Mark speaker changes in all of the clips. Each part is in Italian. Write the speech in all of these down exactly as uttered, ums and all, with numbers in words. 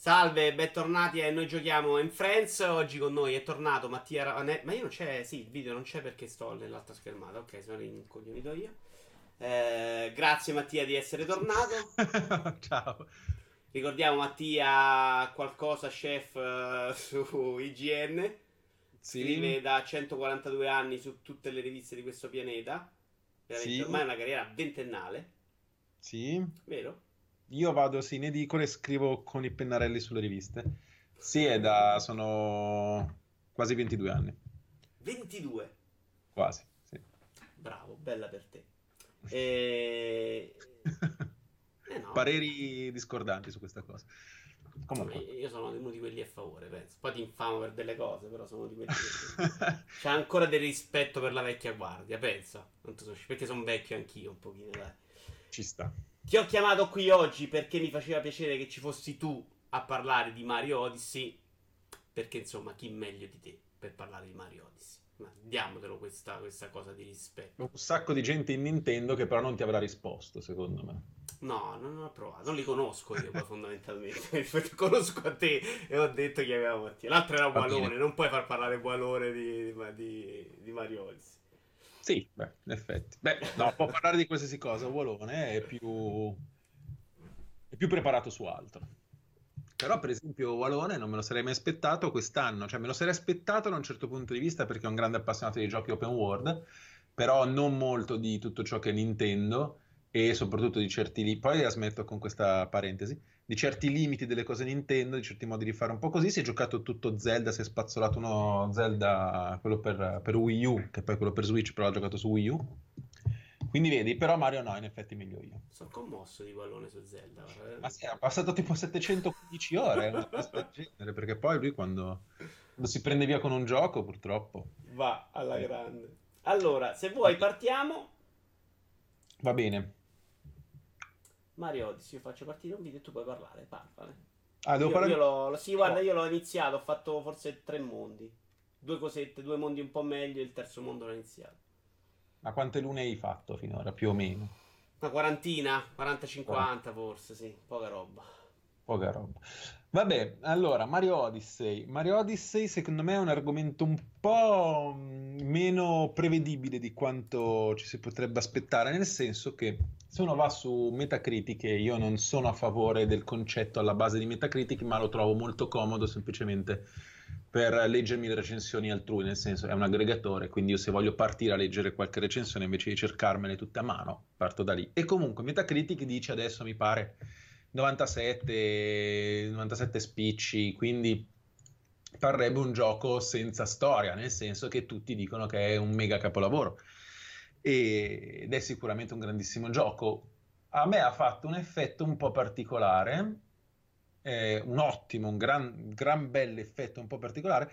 Speaker 1: Salve, bentornati a Noi Giochiamo in Friends. Oggi con noi è tornato Mattia Ravanelli. Ma io non c'è, sì, il video non c'è perché sto nell'altra schermata. Ok, sono rincoglionito io. Eh, grazie Mattia di essere tornato.
Speaker 2: Ciao.
Speaker 1: Ricordiamo Mattia qualcosa chef eh, su I G N.
Speaker 2: Sì,
Speaker 1: Scrive da centoquarantadue anni su tutte le riviste di questo pianeta. Veramente,
Speaker 2: sì,
Speaker 1: ormai è una carriera ventennale,
Speaker 2: sì.
Speaker 1: vero?
Speaker 2: Io vado sì, in edicole e scrivo con i pennarelli sulle riviste. Sì, è da... sono quasi ventidue anni.
Speaker 1: ventidue.
Speaker 2: Quasi, sì.
Speaker 1: Bravo, bella per te. E... Eh no,
Speaker 2: Pareri discordanti su questa cosa.
Speaker 1: vabbè,
Speaker 2: Comunque.
Speaker 1: io sono uno di quelli a favore, penso. Poi ti infamo per delle cose, però sono di quelli che... C'è ancora del rispetto per la vecchia guardia, pensa. Tanto so- perché sono vecchio anch'io un pochino, dai.
Speaker 2: Ci sta.
Speaker 1: Ti ho chiamato qui oggi perché mi faceva piacere che ci fossi tu a parlare di Mario Odyssey. Perché insomma, chi meglio di te per parlare di Mario Odyssey? Ma diamotelo questa, questa cosa di rispetto.
Speaker 2: Un sacco di gente in Nintendo che però non ti avrà risposto, secondo me.
Speaker 1: No, non ho provato. Non li conosco io, poi fondamentalmente. Conosco a te e ho detto che aveva Mattia. L'altro era
Speaker 2: Va bene.
Speaker 1: Walone. Non puoi far parlare Walone di, di, di, di Mario Odyssey.
Speaker 2: Sì, beh, in effetti. Beh, no, può parlare di qualsiasi cosa. Wolone è più... è più preparato su altro. Però, per esempio, Walone non me lo sarei mai aspettato quest'anno, cioè me lo sarei aspettato da un certo punto di vista perché è un grande appassionato di giochi open world, però non molto di tutto ciò che è Nintendo e soprattutto di certi limiti. Poi la smetto con questa parentesi, di certi limiti delle cose Nintendo, di certi modi di fare un po' così. Si è giocato tutto Zelda, si è spazzolato uno Zelda, quello per, per Wii U, che poi è quello per Switch, però l'ha giocato su Wii U. Quindi vedi, però Mario no, in effetti meglio io.
Speaker 1: Sono commosso di Wallone su Zelda.
Speaker 2: Ma
Speaker 1: Guarda.
Speaker 2: sì, ha passato tipo settecentoquindici ore, una cosa del genere, perché poi lui quando, quando si prende via con un gioco, purtroppo.
Speaker 1: Va alla
Speaker 2: eh,
Speaker 1: grande. Allora, se
Speaker 2: Va
Speaker 1: vuoi
Speaker 2: bene.
Speaker 1: partiamo.
Speaker 2: Va bene.
Speaker 1: Mario Odyssey, io faccio partire un video e tu puoi parlare. Parlane.
Speaker 2: Ah, devo
Speaker 1: Io,
Speaker 2: parlare
Speaker 1: io
Speaker 2: di...
Speaker 1: l'ho, lo- sì, guarda,
Speaker 2: Oh,
Speaker 1: io l'ho iniziato. Ho fatto forse tre mondi. Due cosette, due mondi un po' meglio. E il terzo mondo l'ho iniziato.
Speaker 2: ma quante lune hai fatto finora, più o meno?
Speaker 1: Una quarantina, quaranta
Speaker 2: Ora,
Speaker 1: cinquanta forse, sì, poca roba.
Speaker 2: poca roba. Vabbè, allora, Mario Odyssey. Mario Odyssey secondo me è un argomento un po' mh, meno prevedibile di quanto ci si potrebbe aspettare, nel senso che se uno va su Metacritic, e io non sono a favore del concetto alla base di Metacritic, ma lo trovo molto comodo semplicemente per leggermi le recensioni altrui, nel senso è un aggregatore, quindi io se voglio partire a leggere qualche recensione invece di cercarmele tutte a mano, parto da lì. E comunque Metacritic dice adesso, mi pare, novantasette, novantasette spicci, quindi parrebbe un gioco senza storia, nel senso che tutti dicono che è un mega capolavoro. E- ed è sicuramente un grandissimo gioco. A me ha fatto un effetto un po' particolare, eh, un ottimo, un gran, gran bel effetto un po' particolare,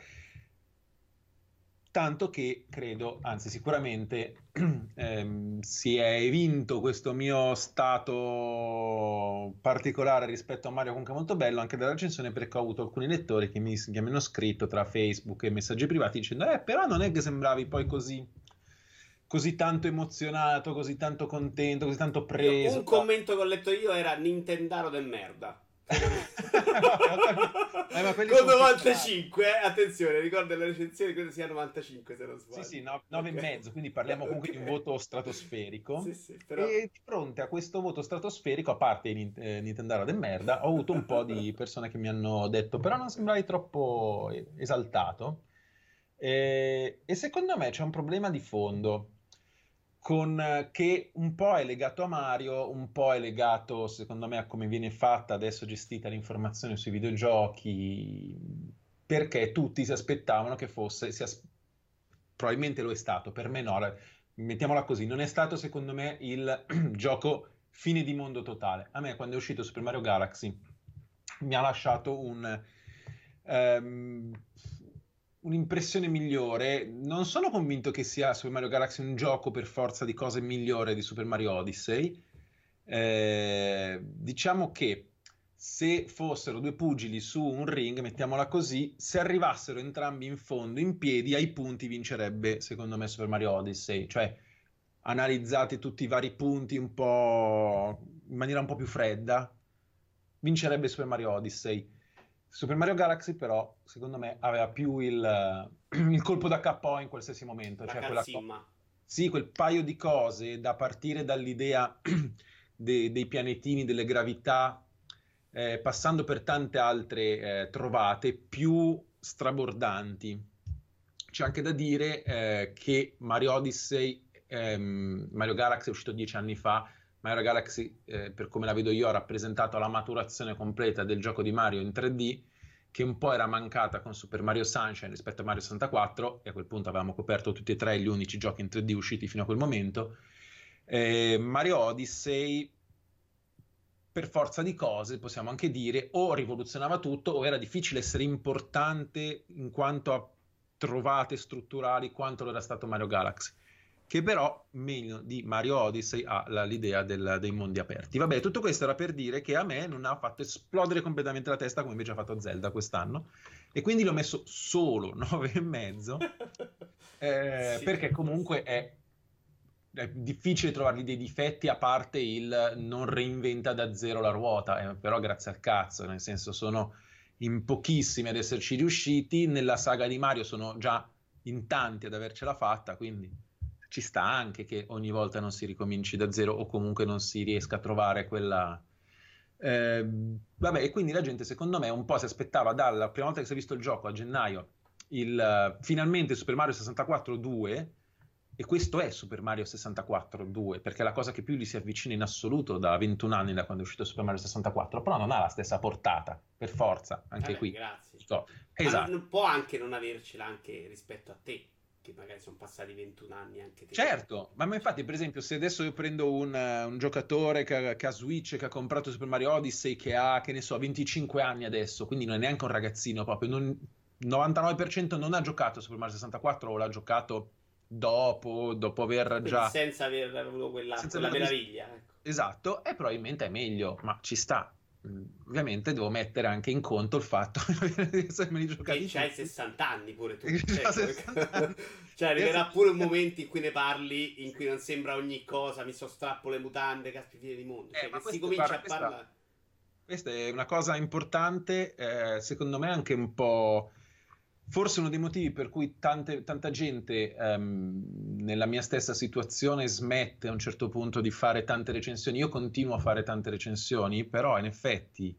Speaker 2: tanto che credo, anzi sicuramente, ehm, si è evinto questo mio stato particolare rispetto a Mario comunque molto bello anche dalla recensione, perché ho avuto alcuni lettori che mi, che mi hanno scritto tra Facebook e messaggi privati dicendo eh però non è che sembravi poi così, così tanto emozionato, così tanto contento, così tanto
Speaker 1: Io, un
Speaker 2: preso da...
Speaker 1: commento che ho letto io era Nintendaro de merda. Seriamente.
Speaker 2: Vabbè, ho capito. Eh, ma quelli
Speaker 1: Con
Speaker 2: sono filtrati.
Speaker 1: novantacinque, eh? Attenzione, ricordo le recensioni, credo sia novantacinque se non
Speaker 2: Sì,
Speaker 1: sbaglio.
Speaker 2: sì, no- nove e
Speaker 1: Ok.
Speaker 2: mezzo, quindi parliamo comunque di un
Speaker 1: Ok.
Speaker 2: voto
Speaker 1: Sì,
Speaker 2: stratosferico.
Speaker 1: sì, però...
Speaker 2: E di fronte a questo voto stratosferico, a parte i Nin- eh, Nintendaro del merda, ho avuto un po' di persone che mi hanno detto, però non sembravi troppo eh, esaltato. E, e secondo me c'è un problema di fondo, con, eh, che un po' è legato a Mario, un po' è legato, secondo me, a come viene fatta adesso gestita l'informazione sui videogiochi, perché tutti si aspettavano che fosse, si as- probabilmente lo è stato, per me no, la- mettiamola così, non è stato secondo me il gioco fine di mondo totale. A me quando è uscito Super Mario Galaxy mi ha lasciato un, ehm, un'impressione migliore. Non sono convinto che sia Super Mario Galaxy un gioco per forza di cose migliore di Super Mario Odyssey. Eh, diciamo che se fossero due pugili su un ring, mettiamola così, se arrivassero entrambi in fondo in piedi, ai punti vincerebbe, secondo me, Super Mario Odyssey. Cioè, analizzati tutti i vari punti un po' in maniera un po' più fredda, vincerebbe Super Mario Odyssey. Super Mario Galaxy però, secondo me, aveva più il, il colpo da K O in qualsiasi momento,
Speaker 1: La
Speaker 2: cioè quella co-
Speaker 1: calzimma.
Speaker 2: sì, quel paio di cose da partire dall'idea de- dei pianetini, delle gravità, eh, passando per tante altre eh, trovate più strabordanti. C'è anche da dire eh, che Mario Odyssey, ehm, Mario Galaxy è uscito dieci anni fa. Mario Galaxy, eh, per come la vedo io, ha rappresentato la maturazione completa del gioco di Mario in tre D, che un po' era mancata con Super Mario Sunshine rispetto a Mario sessantaquattro, e a quel punto avevamo coperto tutti e tre gli unici giochi in tre D usciti fino a quel momento. Eh, Mario Odyssey, per forza di cose, possiamo anche dire, o rivoluzionava tutto, o era difficile essere importante in quanto a trovate strutturali quanto lo era stato Mario Galaxy, che però meno di Mario Odyssey ha la- l'idea del- dei mondi aperti. Vabbè, tutto questo era per dire che a me non ha fatto esplodere completamente la testa come invece ha fatto Zelda quest'anno, e quindi l'ho messo solo nove e mezzo, eh,
Speaker 1: Sì.
Speaker 2: perché comunque è, è difficile trovargli dei difetti a parte il non reinventa da zero la ruota, eh, però grazie al cazzo, nel senso sono in pochissimi ad esserci riusciti, nella saga di Mario sono già in tanti ad avercela fatta, quindi ci sta anche che ogni volta non si ricominci da zero o comunque non si riesca a trovare quella... Eh, vabbè, e quindi la gente secondo me un po' si aspettava dalla prima volta che si è visto il gioco a gennaio il, finalmente Super Mario sessantaquattro due, e questo è Super Mario sessantaquattro due, perché è la cosa che più gli si avvicina in assoluto da ventuno anni da quando è uscito Super Mario sessantaquattro, però non ha la stessa portata, per forza, anche
Speaker 1: Vabbè,
Speaker 2: qui.
Speaker 1: grazie.
Speaker 2: Dico,
Speaker 1: Ma non,
Speaker 2: esatto.
Speaker 1: non può anche non avercela anche rispetto a te, che magari sono passati ventuno anni anche te.
Speaker 2: Certo, ma ma infatti, per esempio, se adesso io prendo un, eh, un giocatore che, ha che ha Switch, che ha comprato Super Mario Odyssey, che ha, che ne so, venticinque anni adesso, quindi non è neanche un ragazzino proprio, non- novantanove per cento non ha giocato Super Mario sessantaquattro o l'ha giocato dopo, dopo aver
Speaker 1: Quindi
Speaker 2: già...
Speaker 1: senza aver avuto quella,
Speaker 2: senza
Speaker 1: quella
Speaker 2: averlo visto.
Speaker 1: meraviglia, ecco.
Speaker 2: Esatto, e probabilmente è meglio, ma ci sta. Mm, Ovviamente devo mettere anche in conto il fatto di essermeli
Speaker 1: Che
Speaker 2: giocati
Speaker 1: c'hai
Speaker 2: tutti.
Speaker 1: sessanta anni pure tu.
Speaker 2: E
Speaker 1: Cioè,
Speaker 2: ho
Speaker 1: come-
Speaker 2: sessanta anni.
Speaker 1: cioè,
Speaker 2: E
Speaker 1: arriverà
Speaker 2: se-
Speaker 1: pure un momento in cui ne parli, in cui non sembra ogni cosa, mi sostrappo le mutande, caspi fine di mondo.
Speaker 2: Eh,
Speaker 1: Cioè, che
Speaker 2: ma
Speaker 1: si
Speaker 2: questo,
Speaker 1: comincia
Speaker 2: guarda,
Speaker 1: a
Speaker 2: questa,
Speaker 1: parlare.
Speaker 2: questa è una cosa importante, eh, secondo me anche un po', forse uno dei motivi per cui tante- tanta gente ehm, nella mia stessa situazione smette a un certo punto di fare tante recensioni. Io continuo a fare tante recensioni, però in effetti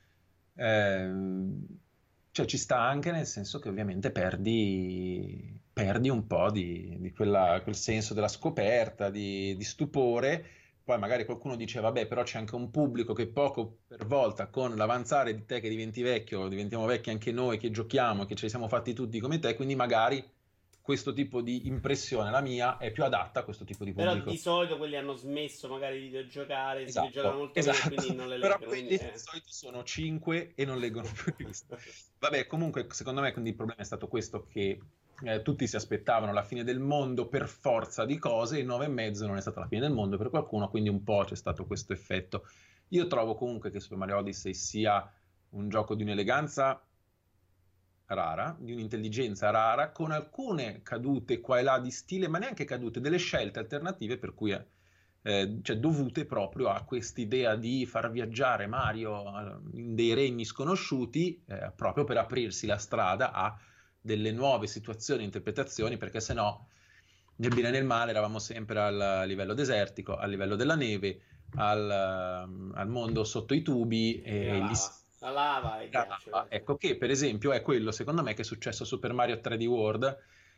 Speaker 2: ehm, cioè ci sta anche nel senso che ovviamente perdi, perdi un po' di, di quella- quel senso della scoperta, di, di stupore. Poi magari qualcuno dice, vabbè, però c'è anche un pubblico che poco per volta, con l'avanzare di te che diventi vecchio, diventiamo vecchi anche noi che giochiamo, che ce li siamo fatti tutti come te, quindi magari questo tipo di impressione, la mia, è più adatta a questo tipo di
Speaker 1: Però di
Speaker 2: pubblico.
Speaker 1: solito quelli hanno smesso magari di videogiocare, si giocano
Speaker 2: Esatto,
Speaker 1: molto meno e
Speaker 2: esatto.
Speaker 1: quindi non le
Speaker 2: Però
Speaker 1: leggono. Quindi,
Speaker 2: quelli di
Speaker 1: eh.
Speaker 2: solito sono cinque e non leggono più riviste. Vabbè, comunque, secondo me, quindi il problema è stato questo, che eh, tutti si aspettavano la fine del mondo per forza di cose, e nove e mezzo non è stata la fine del mondo per qualcuno, quindi un po' c'è stato questo effetto. Io trovo comunque che Super Mario Odyssey sia un gioco di un'eleganza rara, di un'intelligenza rara, con alcune cadute qua e là di stile, ma neanche cadute, delle scelte alternative per cui è eh, cioè dovute proprio a quest'idea di far viaggiare Mario eh, in dei regni sconosciuti, eh, proprio per aprirsi la strada a delle nuove situazioni e interpretazioni, perché se no, nel bene e nel male, eravamo sempre al livello desertico, al livello della neve, al, um, al mondo sotto i tubi
Speaker 1: E la
Speaker 2: e gli
Speaker 1: lava. La lava e il
Speaker 2: la
Speaker 1: ghiaccio.
Speaker 2: lava.
Speaker 1: Eh.
Speaker 2: Ecco che per esempio è quello secondo me che è successo a Super Mario tre D World,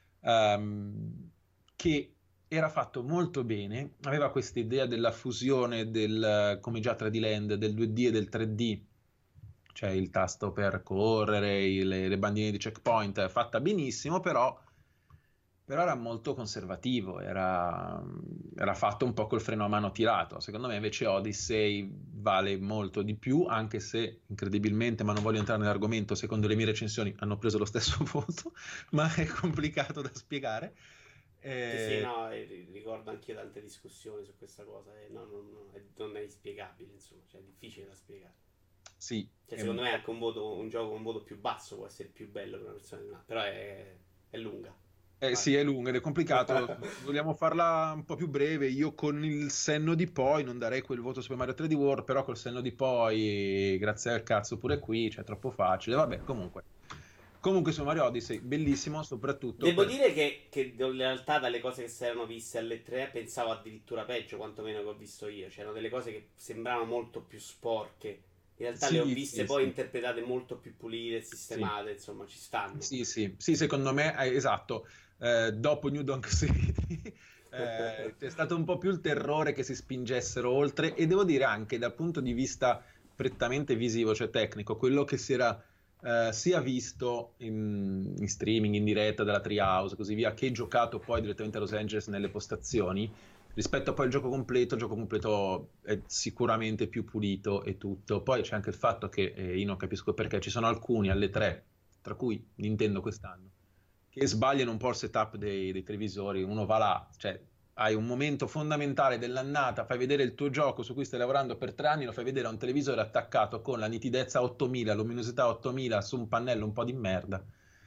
Speaker 2: ehm, che era fatto molto bene, aveva questa idea della fusione del, come già tre D Land, del due D e del tre D, cioè il tasto per correre, i- le, le bandine di checkpoint, fatta benissimo, però però era molto conservativo, era, era fatto un po' col freno a mano tirato. Secondo me invece Odyssey vale molto di più, anche se incredibilmente, ma non voglio entrare nell'argomento, secondo le mie recensioni hanno preso lo stesso voto, ma è complicato da spiegare.
Speaker 1: Sì, sì,
Speaker 2: Eh,
Speaker 1: no, e ri- ricordo anch'io tante discussioni su questa cosa. E no, no, no, è- non è inspiegabile, insomma, cioè è difficile da spiegare.
Speaker 2: sì,
Speaker 1: Cioè,
Speaker 2: è
Speaker 1: secondo
Speaker 2: un
Speaker 1: me
Speaker 2: po'.
Speaker 1: anche un, voto, un gioco con un voto più basso può essere più bello per una persona di una, però è, è lunga.
Speaker 2: Eh
Speaker 1: Vai.
Speaker 2: sì, è lunga ed è complicato. Vogliamo farla un po' più breve. Io con il senno di poi non darei quel voto Super Mario tre D World, però col senno di poi, grazie al cazzo pure qui, cioè è troppo facile. Vabbè, comunque. Comunque su Mario Odyssey, bellissimo, soprattutto
Speaker 1: Devo
Speaker 2: per...
Speaker 1: dire che, che in realtà dalle cose che si erano viste alle tre pensavo addirittura peggio, quantomeno che ho visto io. C'erano delle cose che sembravano molto più sporche. In realtà le ho
Speaker 2: Sì,
Speaker 1: viste
Speaker 2: sì,
Speaker 1: poi
Speaker 2: sì,
Speaker 1: interpretate molto più pulite,
Speaker 2: sì,
Speaker 1: sistemate, insomma, ci stanno.
Speaker 2: sì, sì, sì, secondo me, eh, esatto. Eh, dopo New Donk City eh, c'è stato un po' più il terrore che si spingessero oltre e devo dire anche dal punto di vista prettamente visivo, cioè tecnico, quello che si era eh, sia visto in, in streaming, in diretta dalla Treehouse e così via, che giocato poi direttamente a Los Angeles nelle postazioni, rispetto a poi al gioco completo, il gioco completo è sicuramente più pulito e tutto. Poi c'è anche il fatto che eh, io non capisco perché ci sono alcuni alle tre, tra cui Nintendo quest'anno, che sbagliano un po' il setup dei, dei televisori. Uno va là, cioè hai un momento fondamentale dell'annata, fai vedere il tuo gioco su cui stai lavorando per tre anni, lo fai vedere a un televisore attaccato con la nitidezza ottomila, luminosità ottomila su un pannello un po' di merda.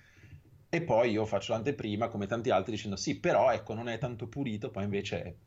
Speaker 2: E poi io faccio l'anteprima come tanti altri dicendo sì, però ecco, non è tanto pulito, poi invece è-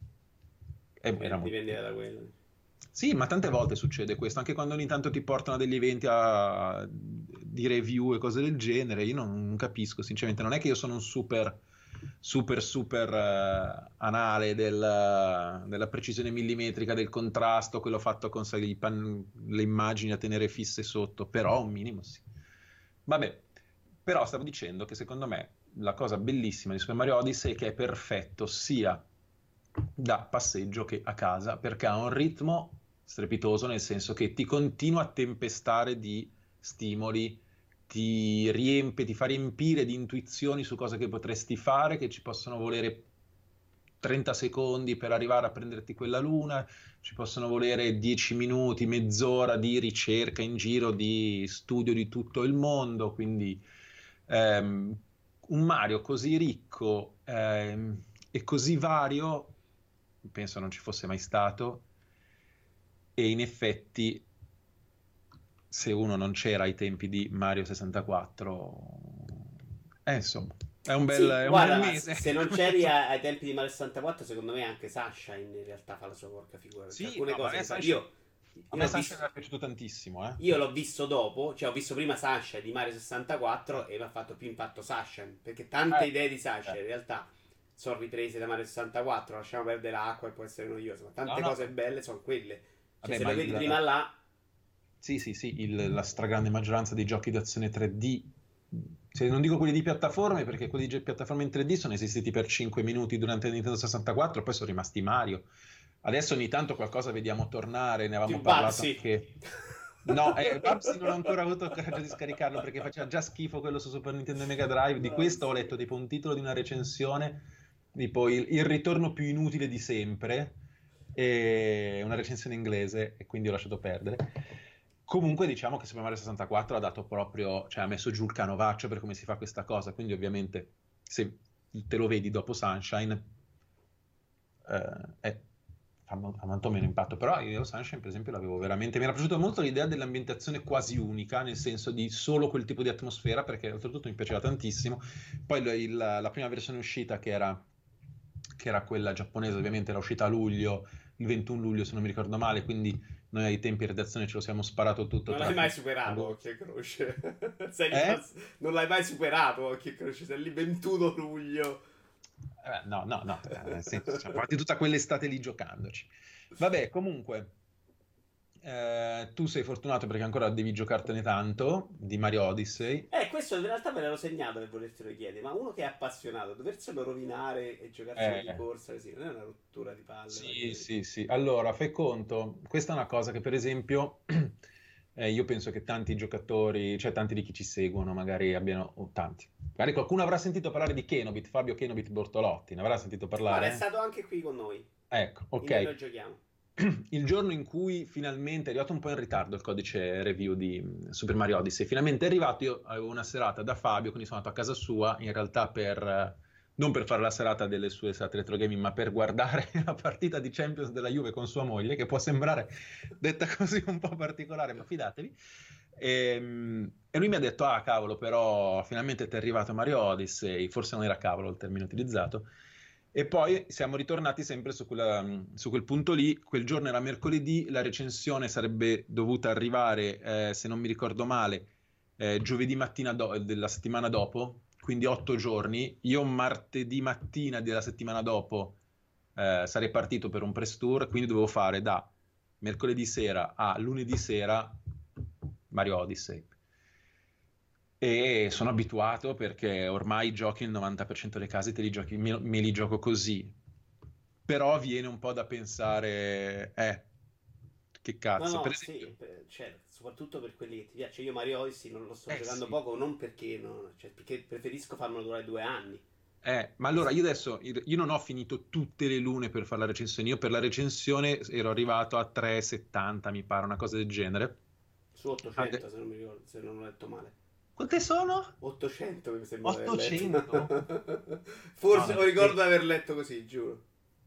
Speaker 2: è- era
Speaker 1: Dipende-
Speaker 2: molto
Speaker 1: Dipendeva da
Speaker 2: pulito.
Speaker 1: quello.
Speaker 2: Sì, ma tante volte succede questo, anche quando ogni tanto ti portano a degli eventi a- di review e cose del genere, io non, non capisco, sinceramente, non è che io sono un super, super, super eh, anale del- della precisione millimetrica del contrasto, quello fatto con sai, i pan- le immagini a tenere fisse sotto, però un minimo sì. Vabbè, però stavo dicendo che secondo me la cosa bellissima di Super Mario Odyssey è che è perfetto sia da passeggio che a casa, perché ha un ritmo strepitoso, nel senso che ti continua a tempestare di stimoli, ti riempie, ti fa riempire di intuizioni su cose che potresti fare, che ci possono volere trenta secondi per arrivare a prenderti quella luna, ci possono volere dieci minuti, mezz'ora di ricerca in giro, di studio di tutto il mondo, quindi ehm, un Mario così ricco ehm, e così vario, penso non ci fosse mai stato, e in effetti se uno non c'era ai tempi di Mario sessantaquattro, eh, insomma, è un bel,
Speaker 1: Sì,
Speaker 2: è un bel
Speaker 1: guarda, ma
Speaker 2: mese.
Speaker 1: se non c'eri a- ai tempi di Mario sessantaquattro, secondo me anche Sunshine in realtà fa la sua porca figura. Perché
Speaker 2: Sì,
Speaker 1: alcune
Speaker 2: no, ma a
Speaker 1: cose
Speaker 2: me
Speaker 1: che fa.
Speaker 2: Sunshine,
Speaker 1: Io,
Speaker 2: a
Speaker 1: io
Speaker 2: me
Speaker 1: l'ho
Speaker 2: Sunshine
Speaker 1: visto.
Speaker 2: mi è piaciuto tantissimo, eh.
Speaker 1: Io l'ho visto dopo, cioè ho visto prima Sunshine di Mario sessantaquattro e mi ha fatto più impatto Sunshine. Perché tante
Speaker 2: Eh,
Speaker 1: idee di
Speaker 2: eh.
Speaker 1: Sunshine in realtà sono riprese da Mario sessantaquattro. Lasciamo perdere l'acqua e può essere noioso, ma
Speaker 2: No,
Speaker 1: tante
Speaker 2: no,
Speaker 1: cose belle sono quelle. Cioè,
Speaker 2: vabbè,
Speaker 1: se
Speaker 2: ma
Speaker 1: lo vedi
Speaker 2: il,
Speaker 1: prima là,
Speaker 2: sì, sì, sì, il- la stragrande maggioranza dei giochi d'azione tre D, se non dico quelli di piattaforme, perché quelli di piattaforme in tre D sono esistiti per cinque minuti durante il Nintendo sessantaquattro, poi sono rimasti Mario. Adesso ogni tanto qualcosa vediamo tornare, ne avevamo
Speaker 1: più
Speaker 2: parlato
Speaker 1: Babsy.
Speaker 2: anche... No, eh, Babsy non ho ancora avuto il coraggio di scaricarlo perché faceva già schifo quello su Super Nintendo e Mega Drive. Di
Speaker 1: Oh,
Speaker 2: questo ho
Speaker 1: sì.
Speaker 2: letto tipo un titolo di una recensione, tipo il, il ritorno più inutile di sempre, e una recensione inglese, e quindi ho lasciato perdere. Comunque diciamo che Super Mario sessantaquattro ha dato proprio, cioè ha messo giù il canovaccio per come si fa questa cosa, quindi ovviamente se te lo vedi dopo Sunshine eh, è, fa, mo- fa molto meno impatto, però io Sunshine per esempio l'avevo veramente, mi era piaciuta molto l'idea dell'ambientazione quasi unica, nel senso di solo quel tipo di atmosfera, perché oltretutto mi piaceva tantissimo. Poi il- il- la prima versione uscita che era, che era quella giapponese, ovviamente era uscita a luglio, il ventuno luglio se non mi ricordo male, quindi noi ai tempi in redazione ce lo siamo sparato tutto
Speaker 1: Non
Speaker 2: tra
Speaker 1: l'hai mai
Speaker 2: film.
Speaker 1: superato, occhio e croce. Sei
Speaker 2: Eh?
Speaker 1: rimasto... Non l'hai mai superato, occhio e croce. Sei lì ventuno luglio.
Speaker 2: Eh, no, no, no, eh, nel senso, siamo avanti tutta quell'estate lì giocandoci. Vabbè, comunque, eh, tu sei fortunato perché ancora devi giocartene tanto di Mario Odyssey.
Speaker 1: Eh, questo in realtà me l'ero segnato per volertelo chiedere, ma uno che è appassionato, doverselo rovinare e giocarselo di
Speaker 2: Eh,
Speaker 1: corsa così, non è una rottura di palle,
Speaker 2: sì,
Speaker 1: magari.
Speaker 2: sì, sì. Allora, fai conto, questa è una cosa che per esempio eh, io penso che tanti giocatori, cioè tanti di chi ci seguono, magari abbiano, o tanti, magari qualcuno avrà sentito parlare di Kenobit, Fabio Kenobit Bortolotti, ne avrà sentito
Speaker 1: Guarda, è
Speaker 2: parlare?
Speaker 1: stato anche qui con noi.
Speaker 2: Ecco,
Speaker 1: In e
Speaker 2: ok.
Speaker 1: noi giochiamo.
Speaker 2: Il giorno in cui finalmente è arrivato un po' in ritardo il codice review di mm, Super Mario Odyssey, finalmente è arrivato, io avevo una serata da Fabio, quindi sono andato a casa sua, in realtà per, non per fare la serata delle sue serate retro gaming, ma per guardare la partita di Champions della Juve con sua moglie, che può sembrare detta così un po' particolare, ma fidatevi. E, e lui mi ha detto, ah cavolo, però finalmente ti è arrivato Mario Odyssey, forse non era cavolo il termine utilizzato, e poi siamo ritornati sempre su, quella, su quel punto lì. Quel giorno era mercoledì, la recensione sarebbe dovuta arrivare, eh, se non mi ricordo male, eh, giovedì mattina do- della settimana dopo, quindi otto giorni. Io martedì mattina della settimana dopo eh, sarei partito per un press tour, quindi dovevo fare da mercoledì sera a lunedì sera Mario Odyssey. E sono abituato perché ormai giochi il novanta per cento dei casi te li giochi, me, me li gioco così. Però viene un po' da pensare, eh, che
Speaker 1: No,
Speaker 2: cazzo, per
Speaker 1: no,
Speaker 2: esempio,
Speaker 1: sì, per- cioè, soprattutto per quelli che ti piace. Io Mario Odyssey non lo sto
Speaker 2: eh
Speaker 1: giocando
Speaker 2: sì,
Speaker 1: poco, non perché, no, cioè, perché preferisco farmelo durare due anni.
Speaker 2: eh, ma allora io adesso, io non ho finito tutte le lune per fare la recensione, io per la recensione ero arrivato a tre virgola settanta, mi pare, una cosa del genere.
Speaker 1: Su
Speaker 2: Ade-
Speaker 1: ottocento, se non mi ricordo, se non ho letto male.
Speaker 2: Quante sono?
Speaker 1: ottocento mi sembra di aver
Speaker 2: ottocento?
Speaker 1: letto.
Speaker 2: No,
Speaker 1: Forse
Speaker 2: no,
Speaker 1: ho ricordo
Speaker 2: sì.
Speaker 1: di aver letto così, giuro.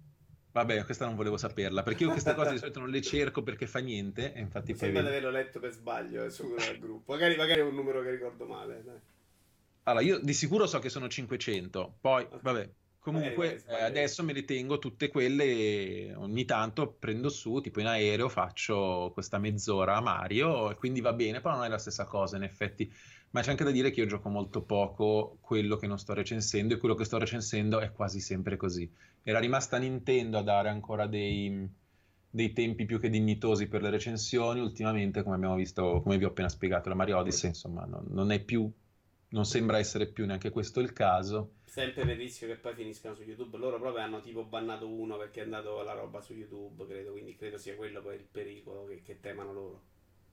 Speaker 2: Vabbè, questa non volevo saperla, perché io queste cose di solito non le cerco perché fa niente, e infatti
Speaker 1: Mi
Speaker 2: poi
Speaker 1: sembra di
Speaker 2: vedi.
Speaker 1: averlo letto per sbaglio eh, sul gruppo. Magari, magari è un numero che ricordo male. Dai.
Speaker 2: Allora, io di sicuro so che sono cinquecento, poi,
Speaker 1: Ok.
Speaker 2: vabbè,
Speaker 1: Magari, magari
Speaker 2: comunque eh,
Speaker 1: sbaglio io.
Speaker 2: adesso me le tengo tutte quelle e ogni tanto prendo su, tipo in aereo, faccio questa mezz'ora a Mario e quindi va bene, però non è la stessa cosa in effetti. Ma c'è anche da dire che io gioco molto poco quello che non sto recensendo e quello che sto recensendo è quasi sempre così. Era rimasta Nintendo a dare ancora dei, dei tempi più che dignitosi per le recensioni, ultimamente, come abbiamo visto, come vi ho appena spiegato, la Mario Odyssey, insomma, non, non è più, non sembra essere più neanche questo il caso.
Speaker 1: Sempre per il rischio che poi finiscano su YouTube. Loro proprio hanno tipo bannato uno perché è andato la roba su YouTube, credo. Quindi credo sia quello poi il pericolo che, che temano loro.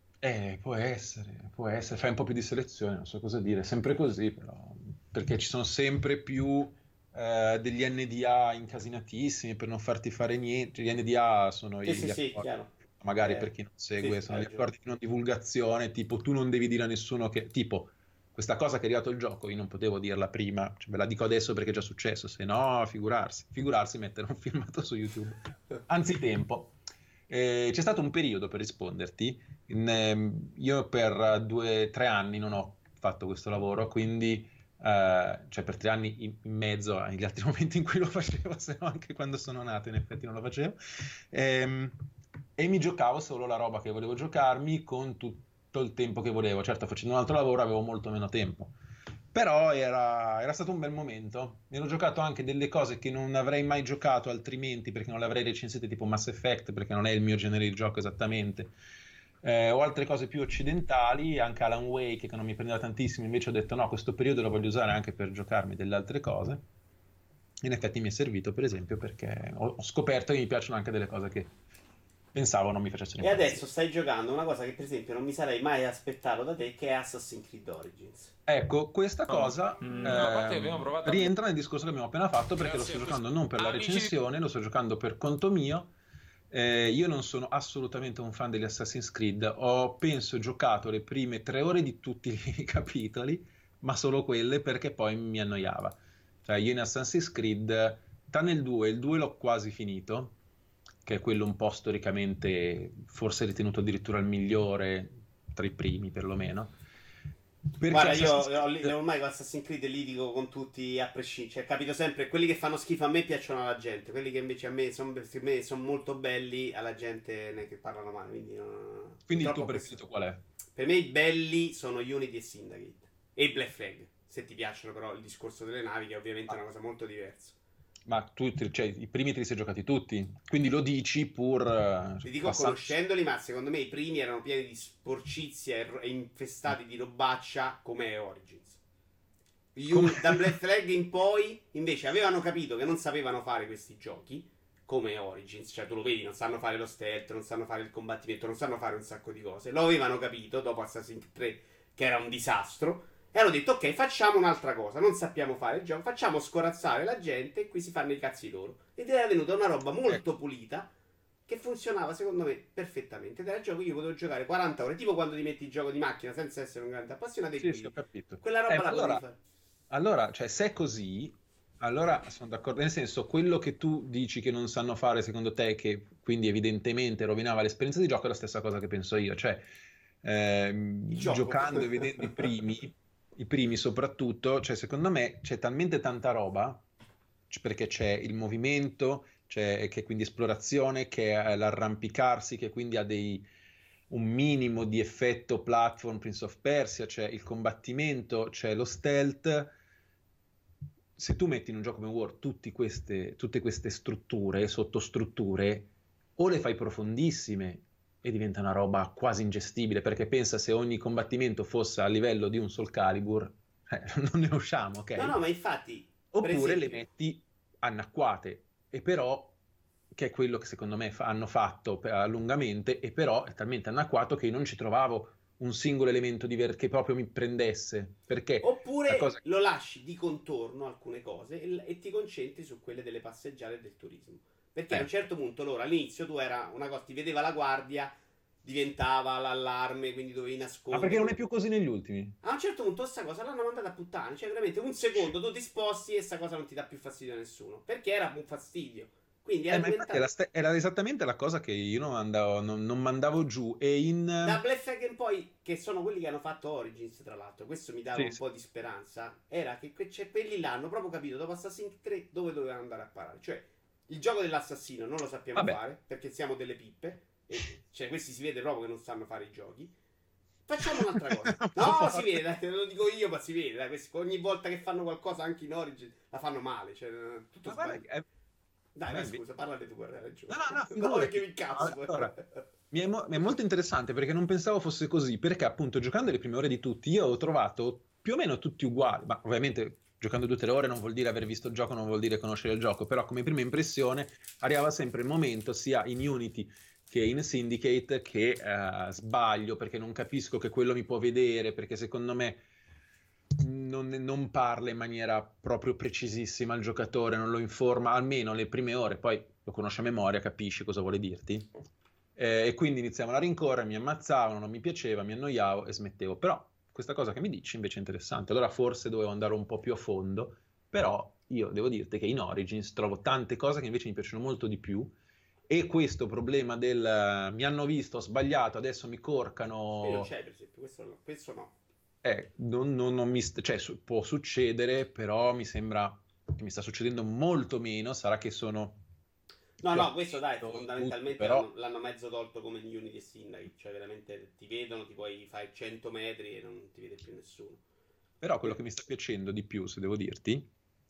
Speaker 2: Eh, può essere, può essere, fai un po' più di selezione, non so cosa dire, sempre così però, perché ci sono sempre più eh, degli N D A incasinatissimi per non farti fare niente. Gli N D A sono
Speaker 1: Sì,
Speaker 2: i-
Speaker 1: sì,
Speaker 2: gli
Speaker 1: sì,
Speaker 2: accordi,
Speaker 1: chiaro.
Speaker 2: magari per
Speaker 1: Eh,
Speaker 2: chi non
Speaker 1: sì,
Speaker 2: segue,
Speaker 1: sì, hai
Speaker 2: sono gli
Speaker 1: ragione.
Speaker 2: accordi di non divulgazione, tipo tu non devi dire a nessuno che, tipo, questa cosa che è arrivato il gioco, io non potevo dirla prima, cioè, ve la dico adesso perché è già successo, se no, figurarsi, figurarsi mettere un filmato su YouTube. Anzi tempo. Eh, c'è stato un periodo per risponderti. In, ehm, io per due o tre anni non ho fatto questo lavoro, quindi eh, cioè per tre anni in, in mezzo agli altri momenti in cui lo facevo, se no anche quando sono nato in effetti non lo facevo. Ehm, e mi giocavo solo la roba che volevo giocarmi con tutto il tempo che volevo. Certo, facendo un altro lavoro avevo molto meno tempo. Però era, era stato un bel momento. Mi ero giocato anche delle cose che non avrei mai giocato altrimenti perché non le avrei recensite, tipo Mass Effect, perché non è il mio genere di gioco esattamente. Eh, o altre cose più occidentali, anche Alan Wake, che non mi prendeva tantissimo, invece ho detto no, questo periodo lo voglio usare anche per giocarmi delle altre cose. In effetti mi è servito, per esempio, perché ho, ho scoperto che mi piacciono anche delle cose che pensavo non mi facessero
Speaker 1: E adesso
Speaker 2: impazzire.
Speaker 1: stai giocando una cosa che per esempio non mi sarei mai aspettato da te, che è Assassin's Creed Origins.
Speaker 2: Ecco, questa
Speaker 3: No,
Speaker 2: cosa
Speaker 3: mm, a parte che abbiamo
Speaker 2: ehm,
Speaker 3: provato a...
Speaker 2: rientra nel discorso che abbiamo appena fatto perché lo
Speaker 3: Grazie
Speaker 2: sto
Speaker 3: a questo...
Speaker 2: giocando non per la
Speaker 3: Amici di...
Speaker 2: recensione, lo sto giocando per conto mio. Eh, io non sono assolutamente un fan degli Assassin's Creed, ho penso giocato le prime tre ore di tutti i capitoli, ma solo quelle perché poi mi annoiava. Cioè io in Assassin's Creed, tranne il due, il due l'ho quasi finito, che è quello un po' storicamente forse ritenuto addirittura il migliore, tra i primi perlomeno. Perché
Speaker 1: Guarda, io
Speaker 2: Assassin's
Speaker 1: ho-
Speaker 2: Creed.
Speaker 1: ormai con Assassin's Creed litigo con tutti a prescindere. Cioè, capito sempre, quelli che fanno schifo a me piacciono alla gente, quelli che invece a me sono molto belli, alla gente ne che parlano male. Quindi no,
Speaker 2: Quindi il tuo
Speaker 1: purtroppo questo.
Speaker 2: preferito qual è?
Speaker 1: Per me i belli sono Unity e Syndicate. E il Black Flag. Se ti piacciono però il discorso delle navi, che ovviamente è
Speaker 2: Ma,
Speaker 1: una cosa molto diversa.
Speaker 2: ma tu, te- cioè, i primi te li sei giocati tutti, quindi lo dici pur eh,
Speaker 1: Ti dico
Speaker 2: passando.
Speaker 1: conoscendoli, ma secondo me i primi erano pieni di sporcizia e, e infestati di robaccia come è Origins.
Speaker 2: Come...
Speaker 1: Io- da Black Flag in poi invece avevano capito che non sapevano fare questi giochi come Origins, cioè tu lo vedi, non sanno fare lo stealth, non sanno fare il combattimento, non sanno fare un sacco di cose. Lo avevano capito dopo Assassin's Creed tre che era un disastro e hanno detto ok, facciamo un'altra cosa, non sappiamo fare il gioco, facciamo scorazzare la gente e qui si fanno i cazzi loro. Ed era venuta una roba molto
Speaker 2: Ecco,
Speaker 1: pulita che funzionava secondo me perfettamente. Ed era il gioco che io potevo giocare quaranta ore, tipo quando ti metti il gioco di macchina senza essere un grande appassionato e
Speaker 2: sì, sì, ho
Speaker 1: guidi.
Speaker 2: capito.
Speaker 1: Quella
Speaker 2: Eh,
Speaker 1: roba
Speaker 2: ma
Speaker 1: la potevi
Speaker 2: allora,
Speaker 1: fare.
Speaker 2: allora, cioè, se è così, allora sono d'accordo, nel senso, quello che tu dici che non sanno fare secondo te, che quindi evidentemente rovinava l'esperienza di gioco, è la stessa cosa che penso io, cioè ehm,
Speaker 1: Il gioco.
Speaker 2: giocando e vedendo i primi, i primi soprattutto, cioè secondo me c'è talmente tanta roba, c- perché c'è il movimento, c'è che quindi esplorazione, che è l'arrampicarsi, che quindi ha dei, un minimo di effetto platform Prince of Persia, c'è il combattimento, c'è lo stealth. Se tu metti in un gioco open world tutti queste, tutte queste strutture, sottostrutture, o le fai profondissime e diventa una roba quasi ingestibile, perché pensa se ogni combattimento fosse a livello di un Soul Calibur, eh, non ne usciamo,
Speaker 1: No,
Speaker 2: ok?
Speaker 1: no, ma infatti, per
Speaker 2: Oppure le
Speaker 1: esempio,
Speaker 2: metti annacquate, e però, che è quello che secondo me fa- hanno fatto per- lungamente, e però è talmente anacquato che io non ci trovavo un singolo elemento diver- che proprio mi prendesse, perché la
Speaker 1: oppure
Speaker 2: cosa...
Speaker 1: lo lasci di contorno alcune cose e, e ti concentri su quelle delle passeggiate e del turismo. Perché a un
Speaker 2: Eh,
Speaker 1: certo punto loro all'inizio tu era una cosa, ti vedeva la guardia, diventava l'allarme, quindi dovevi
Speaker 2: ma perché
Speaker 1: nascondere.
Speaker 2: non è più così negli ultimi?
Speaker 1: A un certo punto questa cosa l'hanno mandata a puttane, cioè veramente un secondo tu ti sposti e questa cosa non ti dà più fastidio a nessuno, perché era un fastidio. Quindi
Speaker 2: Eh,
Speaker 1: era
Speaker 2: ma infatti è la
Speaker 1: diventato
Speaker 2: ste- era esattamente la cosa che io non mandavo, non, non mandavo giù. E
Speaker 1: da
Speaker 2: in...
Speaker 1: Black Flag in poi, che sono quelli che hanno fatto Origins, tra l'altro, questo mi dava
Speaker 2: Sì,
Speaker 1: un
Speaker 2: sì.
Speaker 1: po' di speranza. Era che que- cioè, quelli là hanno proprio capito dopo Assassin's Creed tre dove dovevano andare a parare. Cioè, il gioco dell'assassino non lo sappiamo
Speaker 2: Vabbè,
Speaker 1: fare perché siamo delle pippe. E, cioè, questi si vede proprio che non sanno fare i giochi. Facciamo un'altra cosa.
Speaker 2: un po'
Speaker 1: No, si
Speaker 2: forte.
Speaker 1: vede, dai, te lo dico io, ma si vede. Dai, questi- ogni volta che fanno qualcosa, anche in Origin, la fanno male. Cioè, tutto
Speaker 2: Ma guarda,
Speaker 1: sbaglio.
Speaker 2: che è-
Speaker 1: Dai,
Speaker 2: no,
Speaker 1: vai,
Speaker 2: inve-
Speaker 1: scusa, parlate tu, guarda, hai
Speaker 2: no,
Speaker 1: ragione.
Speaker 2: no, no,
Speaker 1: No, perché
Speaker 2: figurati.
Speaker 1: mi
Speaker 2: No,
Speaker 1: incazzo. poi.
Speaker 2: allora, mi è, mo- mi è molto interessante perché non pensavo fosse così, perché appunto giocando le prime ore di tutti, io ho trovato più o meno tutti uguali, ma ovviamente giocando due o tre ore non vuol dire aver visto il gioco, non vuol dire conoscere il gioco, però come prima impressione arrivava sempre il momento, sia in Unity che in Syndicate, che eh, sbaglio perché non capisco che quello mi può vedere, perché secondo me non, non parla in maniera proprio precisissima al giocatore, non lo informa, almeno le prime ore, poi lo conosce a memoria, capisci cosa vuole dirti. Eh, e quindi iniziavano a rincorrere, mi ammazzavano, non mi piaceva, mi annoiavo e smettevo. Però questa cosa che mi dici invece è interessante. Allora forse dovevo andare un po' più a fondo, però io devo dirti che in Origins trovo tante cose che invece mi piacciono molto di più. E questo problema del eh, mi hanno visto, ho sbagliato, adesso mi
Speaker 1: Qui non
Speaker 2: corcano,
Speaker 1: c'è, per esempio, questo no. Questo no.
Speaker 2: eh, non, non- non mi st- cioè, su- può succedere, però mi sembra che mi sta succedendo molto meno. Sarà che sono
Speaker 1: No,
Speaker 2: più
Speaker 1: no, questo dai,
Speaker 2: attento e tutto,
Speaker 1: fondamentalmente
Speaker 2: però,
Speaker 1: l'hanno, l'hanno mezzo tolto come in Unity e Syndicate. Cioè, veramente ti vedono, ti puoi fare cento metri e non ti vede più nessuno.
Speaker 2: però quello
Speaker 1: Que-
Speaker 2: che mi sta piacendo di più, se devo dirti,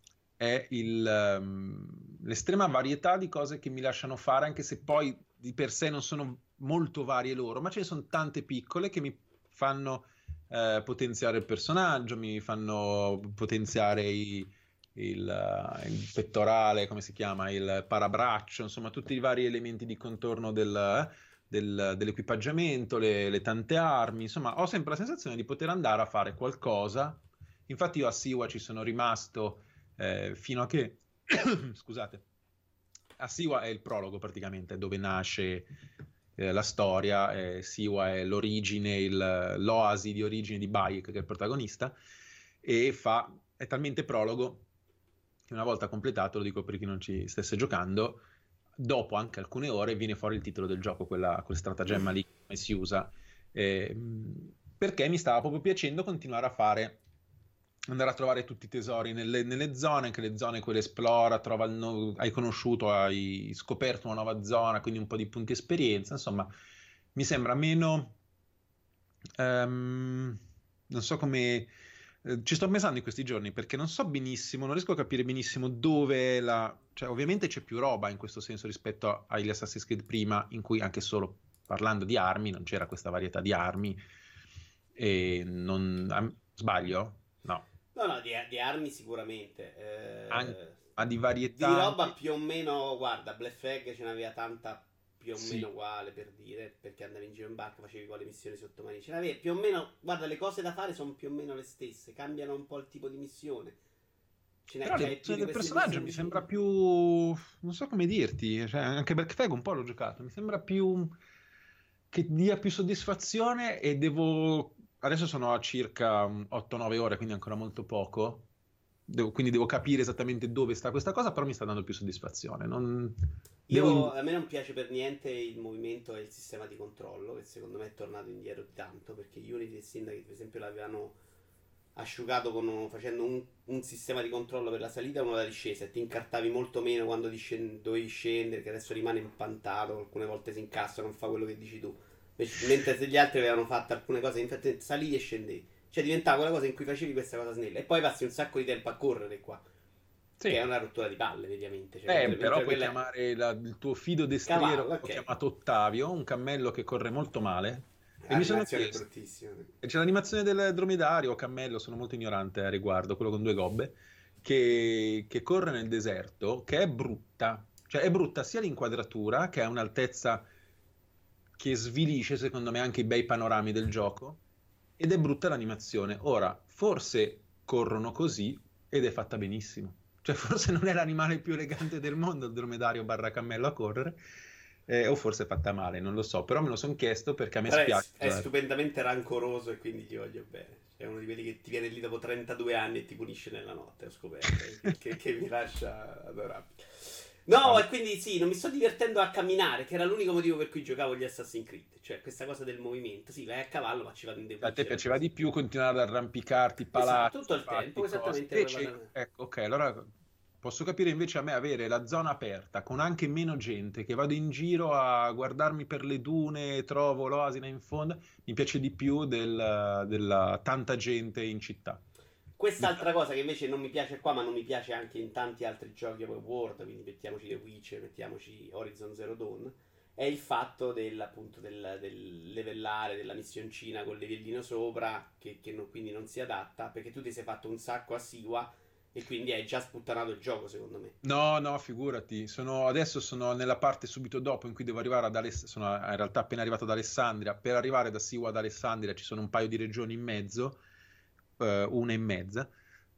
Speaker 2: è il, ehm, l'estrema varietà di cose che mi lasciano fare, anche se poi di per sé non sono molto varie loro, ma ce ne sono tante piccole che mi fanno eh, potenziare il personaggio, mi fanno potenziare i- il, eh, il pettorale, come si chiama, il parabraccio, insomma, tutti i vari elementi di contorno del, eh, del- dell'equipaggiamento, le, le tante armi, insomma, ho sempre la sensazione di poter andare a fare qualcosa. Infatti io a Siwa ci sono rimasto eh, fino a che, scusate, a Siwa è il prologo praticamente, dove nasce eh, la storia, eh, Siwa è l'origine, il- l'oasi di origine di Bayek, che è il protagonista, e fa, è talmente prologo che una volta completato, lo dico per chi non ci stesse giocando, dopo anche alcune ore viene fuori il titolo del gioco, quella, quel stratagemma lì come si usa, eh, perché mi stava proprio piacendo continuare a fare, andare a trovare tutti i tesori nelle, nelle zone, anche le zone quelle esplora, trova il no- hai conosciuto, hai scoperto una nuova zona, quindi un po' di punti esperienza, insomma, mi sembra meno, ehm, non so come, eh, ci sto pensando in questi giorni perché non so benissimo, non riesco a capire benissimo dove la, cioè ovviamente c'è più roba in questo senso rispetto a- agli Assassin's Creed prima, in cui anche solo parlando di armi non c'era questa varietà di armi e non, am- sbaglio? No.
Speaker 1: No, no, di, di armi sicuramente.
Speaker 2: An-
Speaker 1: Eh,
Speaker 2: ma di
Speaker 1: di
Speaker 2: varietà
Speaker 1: roba
Speaker 2: anche?
Speaker 1: più o meno, guarda, Black Flag ce n'aveva tanta più o meno
Speaker 2: Sì.
Speaker 1: uguale per dire, perché andavi in giro in barca, facevi quale missioni sottomarini. Ce n'aveva più o meno, guarda, le cose da fare sono più o meno le stesse, cambiano un po' il tipo di missione. Ce n'hai,
Speaker 2: Però
Speaker 1: c'hai più
Speaker 2: l'evoluzione
Speaker 1: di
Speaker 2: del
Speaker 1: queste
Speaker 2: personaggio
Speaker 1: missioni
Speaker 2: mi sembra
Speaker 1: vicine.
Speaker 2: più, non so come dirti, cioè, anche Black Flag un po' l'ho giocato, mi sembra più che dia più soddisfazione e devo, adesso sono a circa otto nove ore, quindi ancora molto poco, devo, quindi devo capire esattamente dove sta questa cosa, però mi sta dando più soddisfazione. Non, devo
Speaker 1: Io,
Speaker 2: in-
Speaker 1: a me non piace per niente il movimento e il sistema di controllo, che secondo me è tornato indietro di tanto, perché Unity e Syndicate, per esempio, l'avevano asciugato con un- facendo un, un sistema di controllo per la salita e uno della discesa, e ti incartavi molto meno quando discend- dovevi scendere, che adesso rimane impantato, alcune volte si incassa, non fa quello che dici tu. Invece- Mentre se gli altri avevano fatto alcune cose, infatti salivi e scendevi. Cioè diventava quella cosa in cui facevi questa cosa snella. E poi passi un sacco di tempo a correre qua. Che è
Speaker 2: Sì,
Speaker 1: una rottura di palle, mediamente. Cioè,
Speaker 2: eh,
Speaker 1: mentre,
Speaker 2: però
Speaker 1: mentre
Speaker 2: puoi
Speaker 1: quella è
Speaker 2: chiamare la- il tuo fido destriero,
Speaker 1: cavallo,
Speaker 2: ho
Speaker 1: ok.
Speaker 2: chiamato Ottavio, un cammello che corre molto male, e mi sono
Speaker 1: L'animazione è
Speaker 2: chiesto,
Speaker 1: bruttissima.
Speaker 2: e c'è l'animazione del dromedario, o cammello, sono molto ignorante a riguardo, quello con due gobbe, che, che corre nel deserto, che è brutta, cioè è brutta sia l'inquadratura, che ha un'altezza che svilisce secondo me anche i bei panorami del gioco, ed è brutta l'animazione. Ora, forse corrono così ed è fatta benissimo. Cioè, forse non è l'animale più elegante del mondo, il dromedario barra cammello a correre, eh, o forse è fatta male, non lo so, però me lo sono chiesto perché a me
Speaker 1: Però è,
Speaker 2: spiace
Speaker 1: è
Speaker 2: usare.
Speaker 1: stupendamente rancoroso e quindi ti voglio bene. È uno di quelli che ti viene lì dopo trentadue anni e ti punisce nella notte, ho scoperto. Che, che- che mi lascia adorabile. No,
Speaker 2: Ah,
Speaker 1: e quindi sì, non mi sto divertendo a camminare, che era l'unico motivo per cui giocavo gli Assassin's Creed. Cioè, questa cosa del movimento. Sì, vai a cavallo, ma ci vado in The
Speaker 2: a te
Speaker 1: Witcher al
Speaker 2: piaceva
Speaker 1: posto.
Speaker 2: di più continuare ad arrampicarti,
Speaker 1: Esatto,
Speaker 2: palazzi,
Speaker 1: tutto il tempo,
Speaker 2: fatti, cose.
Speaker 1: esattamente quella
Speaker 2: Invece,
Speaker 1: cosa.
Speaker 2: ecco, ok, allora posso capire invece a me avere la zona aperta con anche meno gente, che vado in giro a guardarmi per le dune, trovo l'oasi là in fondo, mi piace di più del- della tanta gente in città. Mi fa-
Speaker 1: Quest'altra cosa che invece non mi piace qua, ma non mi piace anche in tanti altri giochi open world, quindi mettiamoci The Witcher, mettiamoci Horizon Zero Dawn, è il fatto del, appunto, del, del levellare, della missioncina col livellino sopra, che, che non- quindi non si adatta, perché tu ti sei fatto un sacco a Siwa e quindi hai già sputtanato il gioco, secondo me.
Speaker 2: No, no, figurati, sono, adesso sono nella parte subito dopo in cui devo arrivare ad Alessandria, sono in realtà appena arrivato ad Alessandria, per arrivare da Siwa ad Alessandria ci sono un paio di regioni in mezzo, eh, una e mezza,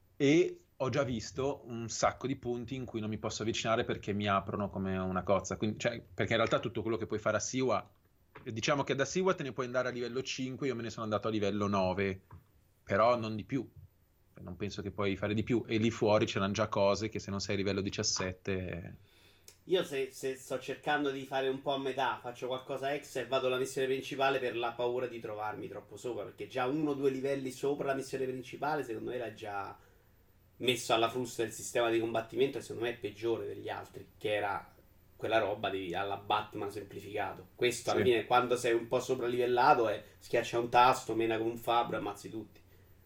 Speaker 2: e ho già visto un sacco di punti in cui non mi posso avvicinare perché mi aprono come una cozza. Quindi, cioè, perché in realtà tutto quello che puoi fare a Siwa, diciamo che da Siwa te ne puoi andare a livello cinque, io me ne sono andato a livello nove, però non di più. Non penso che puoi fare di più. E lì fuori c'erano già cose che se non sei a livello diciassette.
Speaker 1: Io se, se sto cercando di fare un po' a metà, faccio qualcosa extra e vado alla missione principale per la paura di trovarmi troppo sopra, perché già uno o due livelli sopra la missione principale, secondo me l'ha già messo alla frusta del sistema di combattimento e secondo me è peggiore degli altri, che era quella roba di, alla Batman semplificato. Questo alla
Speaker 2: Sì.
Speaker 1: fine quando sei un po' sopravlivellato è schiaccia un tasto, mena come un fabbro e ammazzi tutti.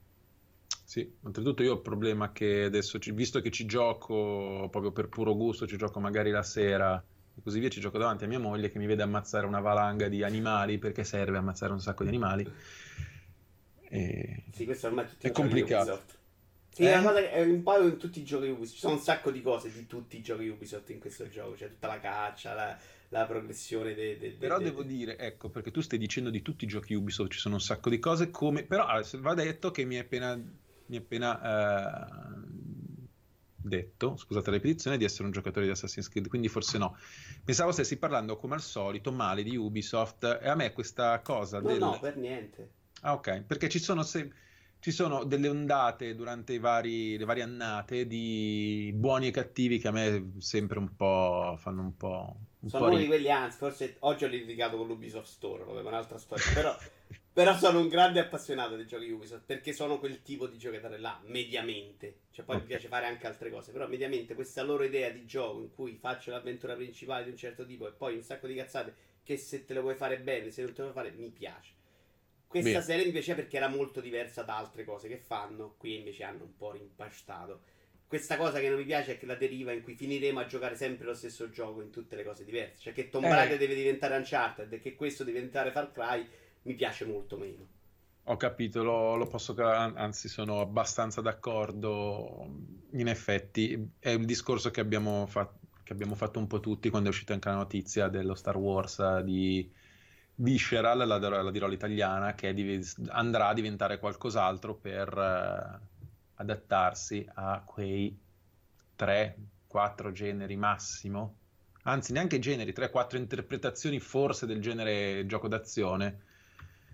Speaker 2: Sì, oltretutto io ho il problema che adesso, ci- visto che ci gioco proprio per puro gusto, ci gioco magari la sera e così via, ci gioco davanti a mia moglie che mi vede ammazzare una valanga di animali perché serve ammazzare un sacco di animali. E...
Speaker 1: Sì, questo ormai tutti
Speaker 2: È
Speaker 1: i giochi
Speaker 2: complicato.
Speaker 1: Ubisoft. Sì, è una
Speaker 2: Eh?
Speaker 1: cosa che è un po' in tutti i giochi Ubisoft. Ci sono un sacco di cose di tutti i giochi Ubisoft in questo gioco. C'è tutta la caccia, la, la progressione de, de, de,
Speaker 2: Però
Speaker 1: de,
Speaker 2: devo
Speaker 1: de.
Speaker 2: dire, ecco, perché tu stai dicendo di tutti i giochi Ubisoft, ci sono un sacco di cose come... Però ah, se- va detto che mi è appena, mi è appena eh, detto, scusate la ripetizione, di essere un giocatore di Assassin's Creed, quindi forse no. Pensavo stessi parlando, come al solito, male di Ubisoft, e a me questa cosa
Speaker 1: No, no,
Speaker 2: del...
Speaker 1: per niente.
Speaker 2: Ah, ok, perché ci sono, se- ci sono delle ondate durante i vari- le varie annate di buoni e cattivi che a me sempre un po' fanno un po', un po'
Speaker 1: Sono uno di
Speaker 2: ridere.
Speaker 1: quelli, anzi, forse oggi ho litigato con l'Ubisoft Store, vabbè, ma è un'altra storia. Però, però sono un grande appassionato dei giochi Ubisoft, perché sono quel tipo di giocatore là, mediamente. Cioè, poi mi
Speaker 2: Ok.
Speaker 1: piace fare anche altre cose, però mediamente questa loro idea di gioco in cui faccio l'avventura principale di un certo tipo e poi un sacco di cazzate che se te le vuoi fare bene, se non te le vuoi fare, mi piace. Questa
Speaker 2: Bene.
Speaker 1: serie mi piaceva perché era molto diversa da altre cose che fanno, qui invece hanno un po' rimpastato. Questa cosa che non mi piace è che la deriva in cui finiremo a giocare sempre lo stesso gioco in tutte le cose diverse. Cioè che Tomb
Speaker 2: Eh,
Speaker 1: Raider deve diventare Uncharted e che questo deve diventare Far Cry mi piace molto meno.
Speaker 2: Ho capito, lo, lo posso, ca- an- anzi sono abbastanza d'accordo. In effetti è il discorso che abbiamo, fa- che abbiamo fatto un po' tutti quando è uscita anche la notizia dello Star Wars eh, di Visceral, la, la dirò all'italiana, che è div- andrà a diventare qualcos'altro per eh, adattarsi a quei tre quattro generi massimo, anzi neanche generi, tre quattro interpretazioni forse del genere gioco d'azione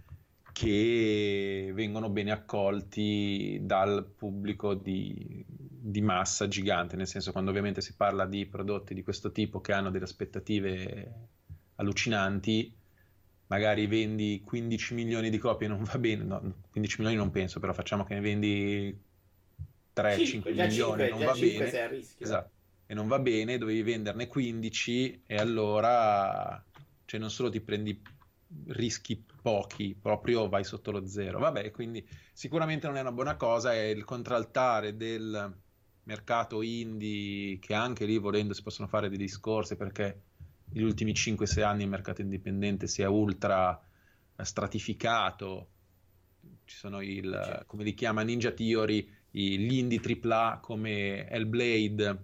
Speaker 2: che vengono bene accolti dal pubblico di, di massa gigante, nel senso quando ovviamente si parla di prodotti di questo tipo che hanno delle aspettative allucinanti, magari vendi quindici milioni di copie, non va bene, no, quindici milioni non penso, però facciamo che ne vendi tre cinque
Speaker 1: cinque, già
Speaker 2: milioni,
Speaker 1: cinque,
Speaker 2: non
Speaker 1: già
Speaker 2: va
Speaker 1: cinque sei
Speaker 2: bene,
Speaker 1: a rischio. Eh.
Speaker 2: esatto, e non va bene, dovevi venderne quindici e allora, cioè non solo ti prendi rischi pochi, proprio vai sotto lo zero. Vabbè, quindi sicuramente non è una buona cosa, è il contraltare del mercato indie, che anche lì volendo si possono fare dei discorsi, perché negli ultimi cinque sei anni il mercato indipendente si è ultra stratificato. Ci sono il, come li chiama Ninja Theory, gli indie tripla A come Hellblade,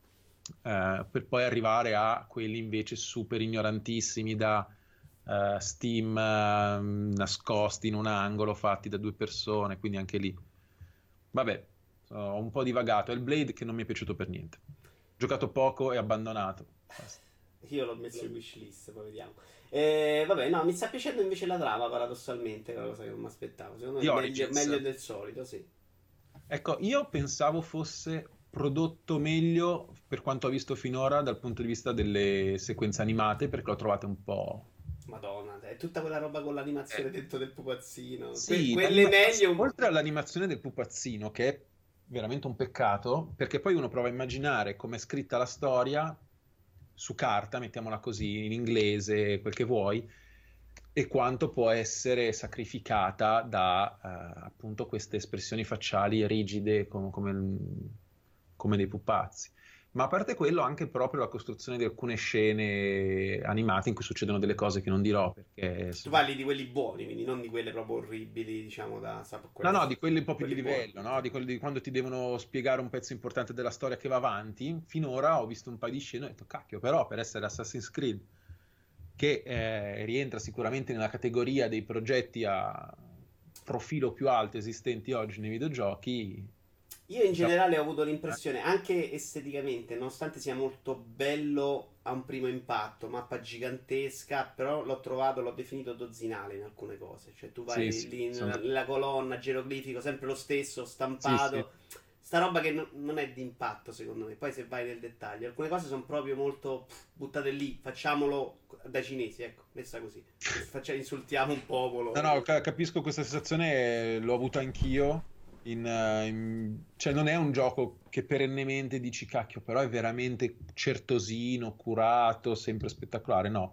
Speaker 2: eh, per poi arrivare a quelli invece super ignorantissimi da uh, Steam, uh, nascosti in un angolo, fatti da due persone, quindi anche lì. Vabbè, ho un po' divagato. Hellblade che non mi è piaciuto per niente. Giocato poco e abbandonato. Basta.
Speaker 1: Io l'ho messo in wishlist, poi vediamo. Eh, vabbè, no, mi sta piacendo invece la trama, paradossalmente, è una cosa che non mi aspettavo. Secondo me
Speaker 2: Di
Speaker 1: è meglio,
Speaker 2: Origins.
Speaker 1: meglio del solito, sì.
Speaker 2: Ecco, io pensavo fosse prodotto meglio per quanto ho visto finora dal punto di vista delle sequenze animate, perché l'ho trovate un po'...
Speaker 1: Madonna, è tutta quella roba con l'animazione
Speaker 2: Eh,
Speaker 1: dentro del pupazzino. Que-
Speaker 2: sì,
Speaker 1: quelle
Speaker 2: l'animazio-
Speaker 1: meglio. un-
Speaker 2: oltre all'animazione del pupazzino, che è veramente un peccato, perché poi uno prova a immaginare com'è scritta la storia su carta, mettiamola così, in inglese, quel che vuoi, e quanto può essere sacrificata da eh, appunto queste espressioni facciali rigide com- come, come dei pupazzi. Ma a parte quello, anche proprio la costruzione di alcune scene animate in cui succedono delle cose che non dirò perché...
Speaker 1: Tu parli di quelli buoni, quindi non di quelle proprio orribili, diciamo, da... Sap-
Speaker 2: No,
Speaker 1: quelle...
Speaker 2: no, di quelli un po' più di
Speaker 1: quelli buoni.
Speaker 2: livello, no? Di quelli di quando ti devono spiegare un pezzo importante della storia che va avanti. Finora ho visto un paio di scene e ho detto, cacchio, però per essere Assassin's Creed, che eh, rientra sicuramente nella categoria dei progetti a profilo più alto esistenti oggi nei videogiochi,
Speaker 1: Io in
Speaker 2: già...
Speaker 1: generale ho avuto l'impressione, anche esteticamente, nonostante sia molto bello a un primo impatto, mappa gigantesca, però l'ho trovato, l'ho definito dozzinale in alcune cose. Cioè tu
Speaker 2: Sì,
Speaker 1: vai
Speaker 2: sì,
Speaker 1: lì
Speaker 2: sono
Speaker 1: nella, nella colonna, geroglifico, sempre lo stesso,
Speaker 2: sì, sì.
Speaker 1: stampato. Sta roba che no- non è di impatto secondo me. Poi se vai nel dettaglio, alcune cose sono proprio molto pff, buttate lì, facciamolo dai cinesi, ecco, messa così. Faccia- insultiamo un
Speaker 2: No,
Speaker 1: popolo.
Speaker 2: no, ca- capisco questa sensazione, eh, l'ho avuta anch'io. In, eh, in- Cioè, non è un gioco che perennemente dici cacchio, però è veramente certosino, curato, sempre spettacolare. No.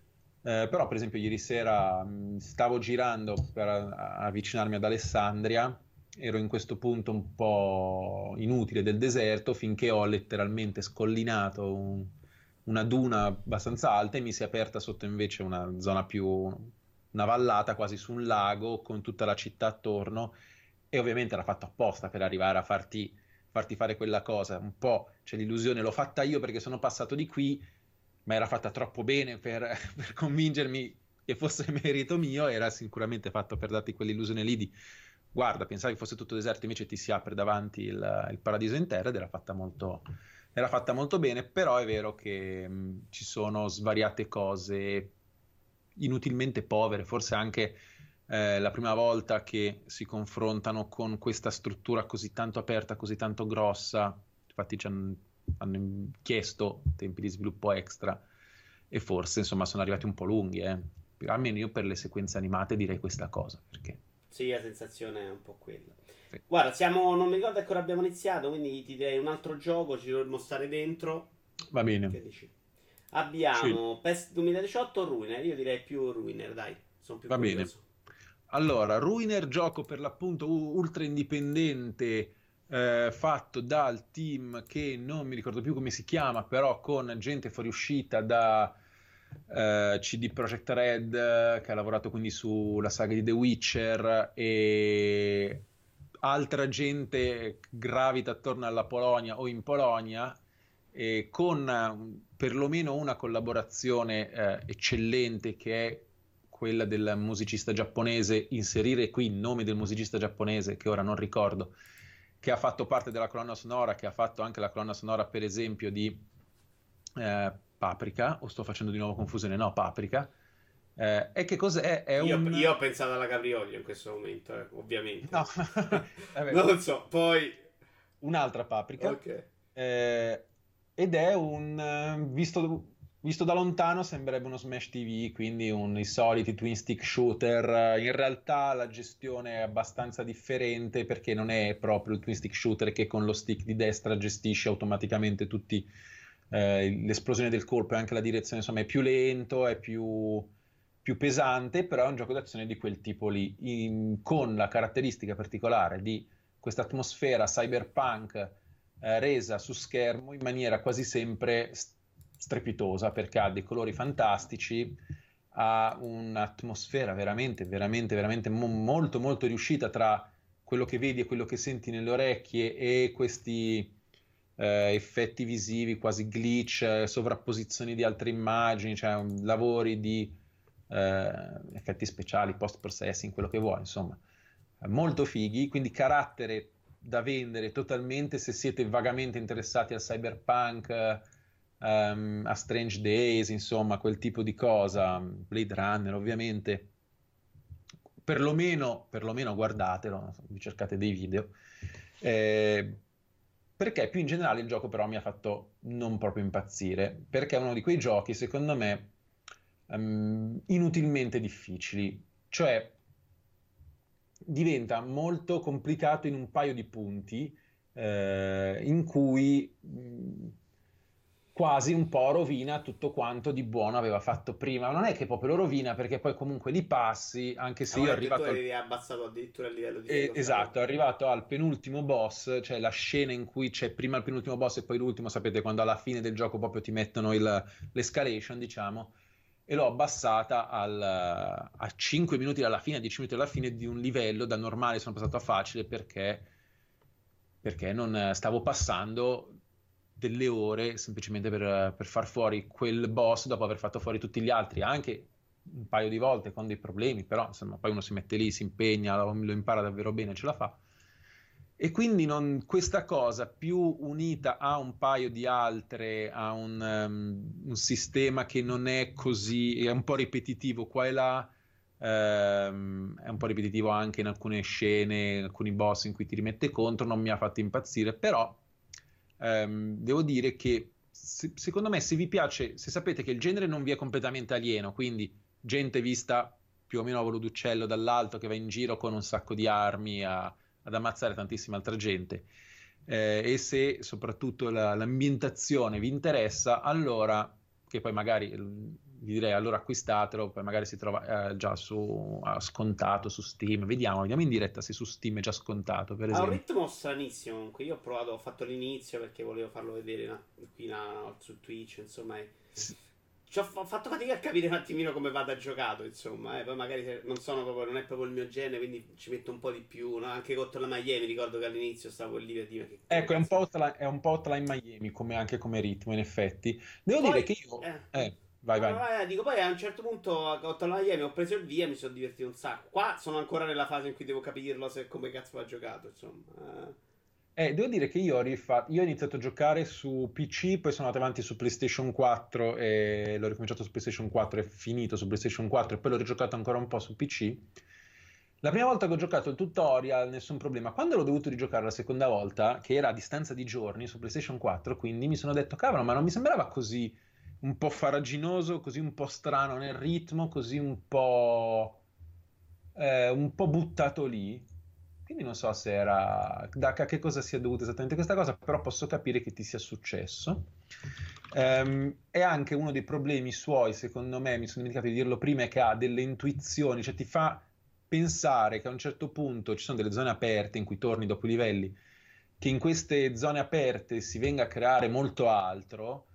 Speaker 2: Eh, però, per esempio, ieri sera mh, stavo girando per a- avvicinarmi ad Alessandria, ero in questo punto un po' inutile del deserto finché ho letteralmente scollinato un- una duna abbastanza alta e mi si è aperta sotto invece una zona più, una vallata quasi su un lago con tutta la città attorno e ovviamente era fatto apposta per arrivare a farti, farti fare quella cosa. Un po' c'è l'illusione, l'ho fatta io perché sono passato di qui, ma era fatta troppo bene per, per convincermi che fosse merito mio, era sicuramente fatto per darti quell'illusione lì di guarda, pensavi fosse tutto deserto, invece ti si apre davanti il, il paradiso in terra ed era fatta molto, era fatta molto bene, però è vero che mh, ci sono svariate cose inutilmente povere, forse anche eh, la prima volta che si confrontano con questa struttura così tanto aperta, così tanto grossa, infatti ci hanno, hanno chiesto tempi di sviluppo extra e forse insomma sono arrivati un po' lunghi, eh. Almeno io per le sequenze animate direi questa cosa, perché
Speaker 1: Sì, la sensazione è un po' quella.
Speaker 2: sì.
Speaker 1: Guarda, siamo, non mi ricordo a che ora abbiamo iniziato, quindi ti direi un altro gioco, ci dovremmo stare dentro.
Speaker 2: Va bene.
Speaker 1: Che dici?
Speaker 2: Sì,
Speaker 1: Abbiamo PES duemiladiciotto o Ruiner, io direi più Ruiner, dai, sono più
Speaker 2: va bene.
Speaker 1: curioso.
Speaker 2: Allora, Ruiner, gioco per l'appunto u- ultra indipendente, eh, fatto dal team che non mi ricordo più come si chiama, però con gente fuoriuscita da eh, C D Projekt Red, eh, che ha lavorato quindi sulla saga di The Witcher, e altra gente gravita attorno alla Polonia o in Polonia, e con eh, perlomeno una collaborazione eh, eccellente che è quella del musicista giapponese, inserire qui il nome del musicista giapponese che ora non ricordo, che ha fatto parte della colonna sonora, che ha fatto anche la colonna sonora per esempio di eh, Paprika, o sto facendo di nuovo confusione? No, Paprika. Eh, e che cos'è? È
Speaker 1: Io,
Speaker 2: un...
Speaker 1: io ho pensato alla Caprioglio in questo momento, eh, ovviamente.
Speaker 2: No, vabbè.
Speaker 1: Non so, poi
Speaker 2: un'altra Paprika,
Speaker 1: Ok.
Speaker 2: eh, ed è un, eh, visto, visto da lontano sembrerebbe uno Smash T V, quindi un, i soliti twin stick shooter. In realtà la gestione è abbastanza differente perché non è proprio il twin stick shooter che con lo stick di destra gestisce automaticamente tutti eh, l'esplosione del colpo e anche la direzione, insomma, è più lento, è più, più pesante, però è un gioco d'azione di quel tipo lì, in- con la caratteristica particolare di questa atmosfera cyberpunk eh, resa su schermo in maniera quasi sempre st- strepitosa, perché ha dei colori fantastici, ha un'atmosfera veramente, veramente, veramente mo- molto, molto riuscita tra quello che vedi e quello che senti nelle orecchie e questi eh, effetti visivi, quasi glitch, eh, sovrapposizioni di altre immagini, cioè un- lavori di eh, effetti speciali, post-processing, quello che vuoi, insomma, molto fighi, quindi carattere da vendere totalmente se siete vagamente interessati al cyberpunk, eh, ehm, a Strange Days, insomma, quel tipo di cosa, Blade Runner ovviamente. Perlomeno, perlomeno guardatelo, vi cercate dei video. Eh, perché più in generale il gioco però mi ha fatto non proprio impazzire, perché è uno di quei giochi, secondo me, ehm, inutilmente difficili. Cioè, diventa molto complicato in un paio di punti eh, in cui mh, quasi un po' rovina tutto quanto di buono aveva fatto prima. Non è che proprio lo rovina perché poi comunque li passi, anche se io
Speaker 1: Avevo letto che tu
Speaker 2: arrivato al
Speaker 1: avevi abbassato addirittura il livello di
Speaker 2: eh,
Speaker 1: difficoltà.
Speaker 2: esatto, è arrivato al penultimo boss, cioè la scena in cui c'è prima il penultimo boss e poi l'ultimo, sapete, quando alla fine del gioco proprio ti mettono il- l'escalation, diciamo, e l'ho abbassata al- a cinque minuti dalla fine, a dieci minuti dalla fine di un livello, da normale sono passato a facile perché, perché non stavo passando delle ore semplicemente per, per far fuori quel boss dopo aver fatto fuori tutti gli altri, anche un paio di volte con dei problemi, però insomma poi uno si mette lì, si impegna, lo, lo impara davvero bene, ce la fa. E quindi non- questa cosa più unita a un paio di altre, a un, um, un sistema che non è così, è un po' ripetitivo qua e là, ehm, è un po' ripetitivo anche in alcune scene, in alcuni boss in cui ti rimette contro, non mi ha fatto impazzire, però ehm, devo dire che se- secondo me se vi piace, se sapete che il genere non vi è completamente alieno, quindi gente vista più o meno a volo d'uccello dall'alto che va in giro con un sacco di armi a- ad ammazzare tantissima altra gente, eh, e se soprattutto la- l'ambientazione vi interessa, allora, che poi magari eh, vi direi allora acquistatelo, poi magari si trova eh, già su, ah, scontato su Steam, vediamo, vediamo in diretta se su Steam è già scontato, per
Speaker 1: Ha un
Speaker 2: esempio.
Speaker 1: ritmo stranissimo comunque. Io ho provato, ho fatto l'inizio perché volevo farlo vedere una- qui una- su Twitch, insomma. E
Speaker 2: S-
Speaker 1: ci ho, fa- ho fatto fatica a capire un attimino come vada giocato, insomma. Eh. Poi magari se- non sono proprio, non è proprio il mio genere, quindi ci metto un po' di più. No? Anche contro la Miami, ricordo che all'inizio stavo lì per dire che come
Speaker 2: Ecco, è un
Speaker 1: cazzo.
Speaker 2: po' Hotline, è un po' Hotline Miami come, anche come ritmo, in effetti. Devo dire
Speaker 1: Poi,
Speaker 2: che io...
Speaker 1: eh,
Speaker 2: Eh, vai,
Speaker 1: no, no,
Speaker 2: vai.
Speaker 1: eh, dico, poi a un certo punto a contro la Miami ho preso il via e mi sono divertito un sacco. Qua sono ancora nella fase in cui devo capirlo se come cazzo va giocato, insomma. Eh.
Speaker 2: Eh, devo dire che io ho, rifatto, io ho iniziato a giocare su P C, poi sono andato avanti su PlayStation quattro e l'ho ricominciato su PlayStation quattro e finito su PlayStation quattro e poi l'ho rigiocato ancora un po' su P C. La prima volta che ho giocato il tutorial, nessun problema. Quando l'ho dovuto rigiocare la seconda volta, che era a distanza di giorni su PlayStation quattro, quindi mi sono detto, cavolo, ma non mi sembrava così un po' faraginoso, così un po' strano nel ritmo, così un po', eh, un po' buttato lì. Quindi non so se era da a che cosa sia dovuta esattamente questa cosa, però posso capire che ti sia successo. Ehm, è anche uno dei problemi suoi, secondo me, mi sono dimenticato di dirlo prima, è che ha delle intuizioni, cioè ti fa pensare che a un certo punto ci sono delle zone aperte in cui torni dopo i livelli, che in queste zone aperte si venga a creare molto altro,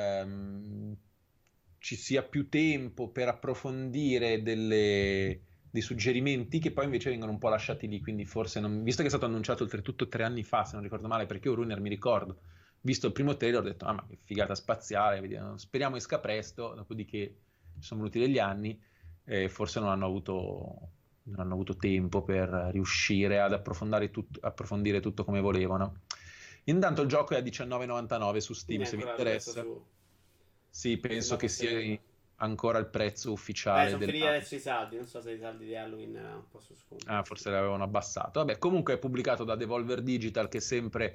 Speaker 2: ehm, ci sia più tempo per approfondire delle- dei suggerimenti che poi invece vengono un po' lasciati lì, quindi forse non, visto che è stato annunciato oltretutto tre anni fa, se non ricordo male, perché io Runner mi ricordo, visto il primo trailer ho detto, ah ma che figata spaziale, vediamo, speriamo esca presto, dopodiché ci sono venuti degli anni e forse non hanno avuto, non hanno avuto tempo per riuscire ad approfondire, tut- approfondire tutto come volevano. Intanto il gioco è a diciannove e novantanove su Steam,
Speaker 1: Quindi è
Speaker 2: se vi
Speaker 1: ancora questo
Speaker 2: interessa.
Speaker 1: su.
Speaker 2: Sì,
Speaker 1: Mi
Speaker 2: penso
Speaker 1: sembra
Speaker 2: che
Speaker 1: fosse
Speaker 2: sia in,
Speaker 1: vero.
Speaker 2: ancora il prezzo
Speaker 1: Beh,
Speaker 2: ufficiale
Speaker 1: sono
Speaker 2: del...
Speaker 1: finiti adesso i saldi. Non so se i saldi di Halloween erano un po' su sconto.
Speaker 2: Ah, forse l'avevano abbassato. Vabbè, comunque è pubblicato da Devolver Digital, che è sempre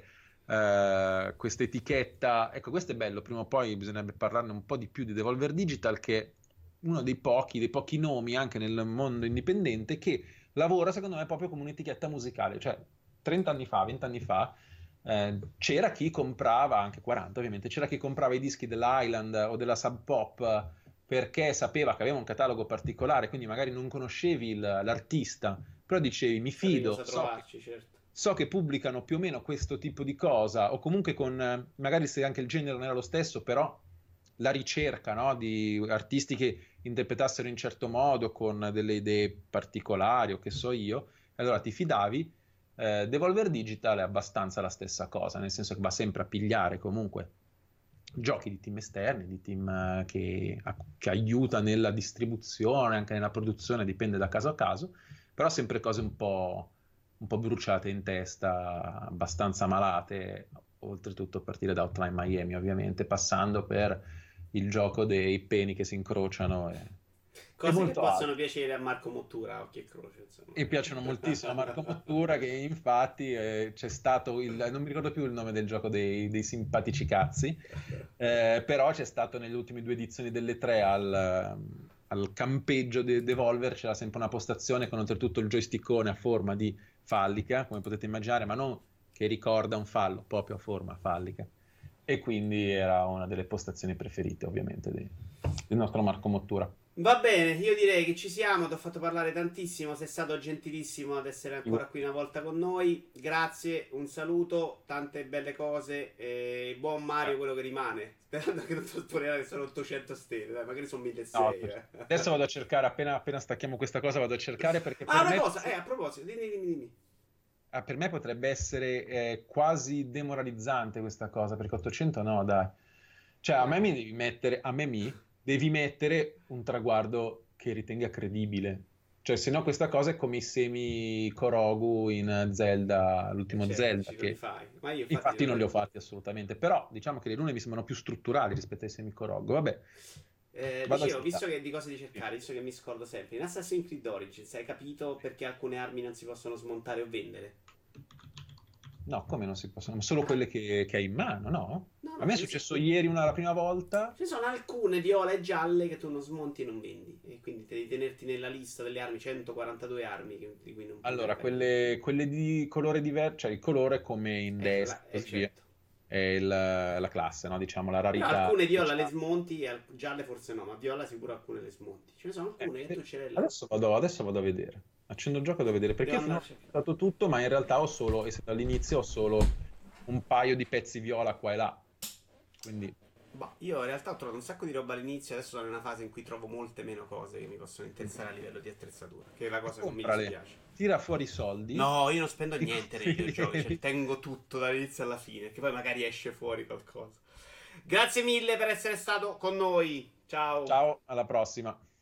Speaker 2: eh, questa etichetta. Ecco, questo è bello. Prima o poi bisognerebbe parlarne un po' di più di Devolver Digital, che è uno dei pochi, dei pochi nomi anche nel mondo indipendente che lavora, secondo me, proprio come un'etichetta musicale. Cioè, trenta anni fa, venti anni fa, eh, c'era chi comprava, anche quaranta ovviamente, c'era chi comprava i dischi dell'Highland o della Sub Pop perché sapeva che aveva un catalogo particolare, quindi magari non conoscevi il- l'artista, però dicevi mi
Speaker 1: Sapevi
Speaker 2: fido,
Speaker 1: cosa
Speaker 2: so che,
Speaker 1: trovarci, certo.
Speaker 2: so che pubblicano più o meno questo tipo di cosa, o comunque con, eh, magari se anche il genere non era lo stesso, però la ricerca, no, di artisti che interpretassero in certo modo, con delle idee particolari o che so io, e allora ti fidavi. Eh, Devolver Digital è abbastanza la stessa cosa, nel senso che va sempre a pigliare comunque giochi di team esterni, di team eh, che, a- che aiuta nella distribuzione, anche nella produzione, dipende da caso a caso, però sempre cose un po', un po' bruciate in testa, abbastanza malate, oltretutto a partire da Hotline Miami, ovviamente, passando per il gioco dei peni che si incrociano e, e
Speaker 1: Cose che
Speaker 2: molto
Speaker 1: possono
Speaker 2: altro.
Speaker 1: piacere a Marco Mottura, occhio e croce, insomma.
Speaker 2: E piacciono moltissimo a Marco Mottura, che infatti eh, c'è stato il, non mi ricordo più il nome del gioco dei, dei simpatici cazzi, eh, però c'è stato nelle ultime due edizioni delle tre al, al campeggio di Devolver, c'era sempre una postazione con oltretutto il joystickone a forma di fallica, come potete immaginare, ma non che ricorda un fallo, proprio a forma fallica. E quindi era una delle postazioni preferite, ovviamente, di- del nostro Marco Mottura.
Speaker 1: Va bene, io direi che ci siamo, ti ho fatto parlare tantissimo, sei stato gentilissimo ad essere ancora qui una volta con noi. Grazie, un saluto, tante belle cose e buon Mario quello che rimane. Sperando che non ti spoilerare che sono ottocento stelle, dai, magari sono
Speaker 2: No,
Speaker 1: milleseicento. Eh.
Speaker 2: adesso vado a cercare, appena, appena stacchiamo questa cosa, vado a cercare perché
Speaker 1: Ah,
Speaker 2: per
Speaker 1: una
Speaker 2: me,
Speaker 1: cosa, eh, a proposito, dimmi, dimmi, dimmi.
Speaker 2: ah, per me potrebbe essere eh, quasi demoralizzante questa cosa, perché ottocento no, dai. Cioè, a me mi
Speaker 1: No.
Speaker 2: devi mettere, a me mi devi mettere un traguardo che ritenga credibile. Cioè, se no questa cosa è come i semi Korogu in Zelda,
Speaker 1: E
Speaker 2: l'ultimo
Speaker 1: certo,
Speaker 2: Zelda,
Speaker 1: dici, non li
Speaker 2: che
Speaker 1: fai. Ma io infatti
Speaker 2: infatti
Speaker 1: non
Speaker 2: non li
Speaker 1: li...
Speaker 2: ho fatti assolutamente, però diciamo che le rune mi sembrano più strutturali rispetto ai semi Korogu. Vabbè,
Speaker 1: Eh,
Speaker 2: vado a
Speaker 1: dicevo, visto
Speaker 2: cercare.
Speaker 1: che di cose di cercare, visto che mi scordo sempre, in Assassin's Creed Origins hai capito perché alcune armi non si possono smontare o vendere?
Speaker 2: No, come non si possono? Solo quelle che, che hai in mano, no?
Speaker 1: No,
Speaker 2: A
Speaker 1: no,
Speaker 2: me è
Speaker 1: ce ne sono.
Speaker 2: successo ieri una, la prima volta.
Speaker 1: Ci sono alcune viola e gialle che tu non smonti e non vendi. E quindi devi tenerti nella lista delle armi centoquarantadue armi che- di cui non puoi
Speaker 2: Allora,
Speaker 1: mancare.
Speaker 2: quelle, quelle di colore diverso, cioè il colore come in
Speaker 1: Eh,
Speaker 2: Destiny
Speaker 1: la-
Speaker 2: e
Speaker 1: eh,
Speaker 2: così via,
Speaker 1: certo.
Speaker 2: è il- la classe, no? Diciamo, la
Speaker 1: Però
Speaker 2: rarità
Speaker 1: alcune viola le
Speaker 2: speciale.
Speaker 1: smonti e al- gialle forse no, ma viola sicuro alcune le smonti. Ce ne sono
Speaker 2: Eh,
Speaker 1: alcune che tu
Speaker 2: eh,
Speaker 1: ce l'hai là.
Speaker 2: adesso vado, adesso vado a vedere. Accendo il gioco e vado a vedere, perché
Speaker 1: Devo
Speaker 2: io finora
Speaker 1: andare a
Speaker 2: ho
Speaker 1: cercare.
Speaker 2: stato tutto, ma in realtà ho solo, essendo all'inizio, ho solo un paio di pezzi viola qua e là. Quindi,
Speaker 1: Boh, io in realtà ho trovato un sacco di roba all'inizio, adesso sono in una fase in cui trovo molte meno cose che mi possono interessare a livello di attrezzatura, che è la cosa che non mi
Speaker 2: comprale,
Speaker 1: dispiace.
Speaker 2: tira fuori i soldi.
Speaker 1: No, io non spendo
Speaker 2: ti
Speaker 1: niente nei
Speaker 2: compri
Speaker 1: videogiochi, cioè
Speaker 2: le-
Speaker 1: tengo tutto dall'inizio alla fine, che poi magari esce fuori qualcosa. Grazie mille per essere stato con noi. Ciao.
Speaker 2: Ciao, alla prossima.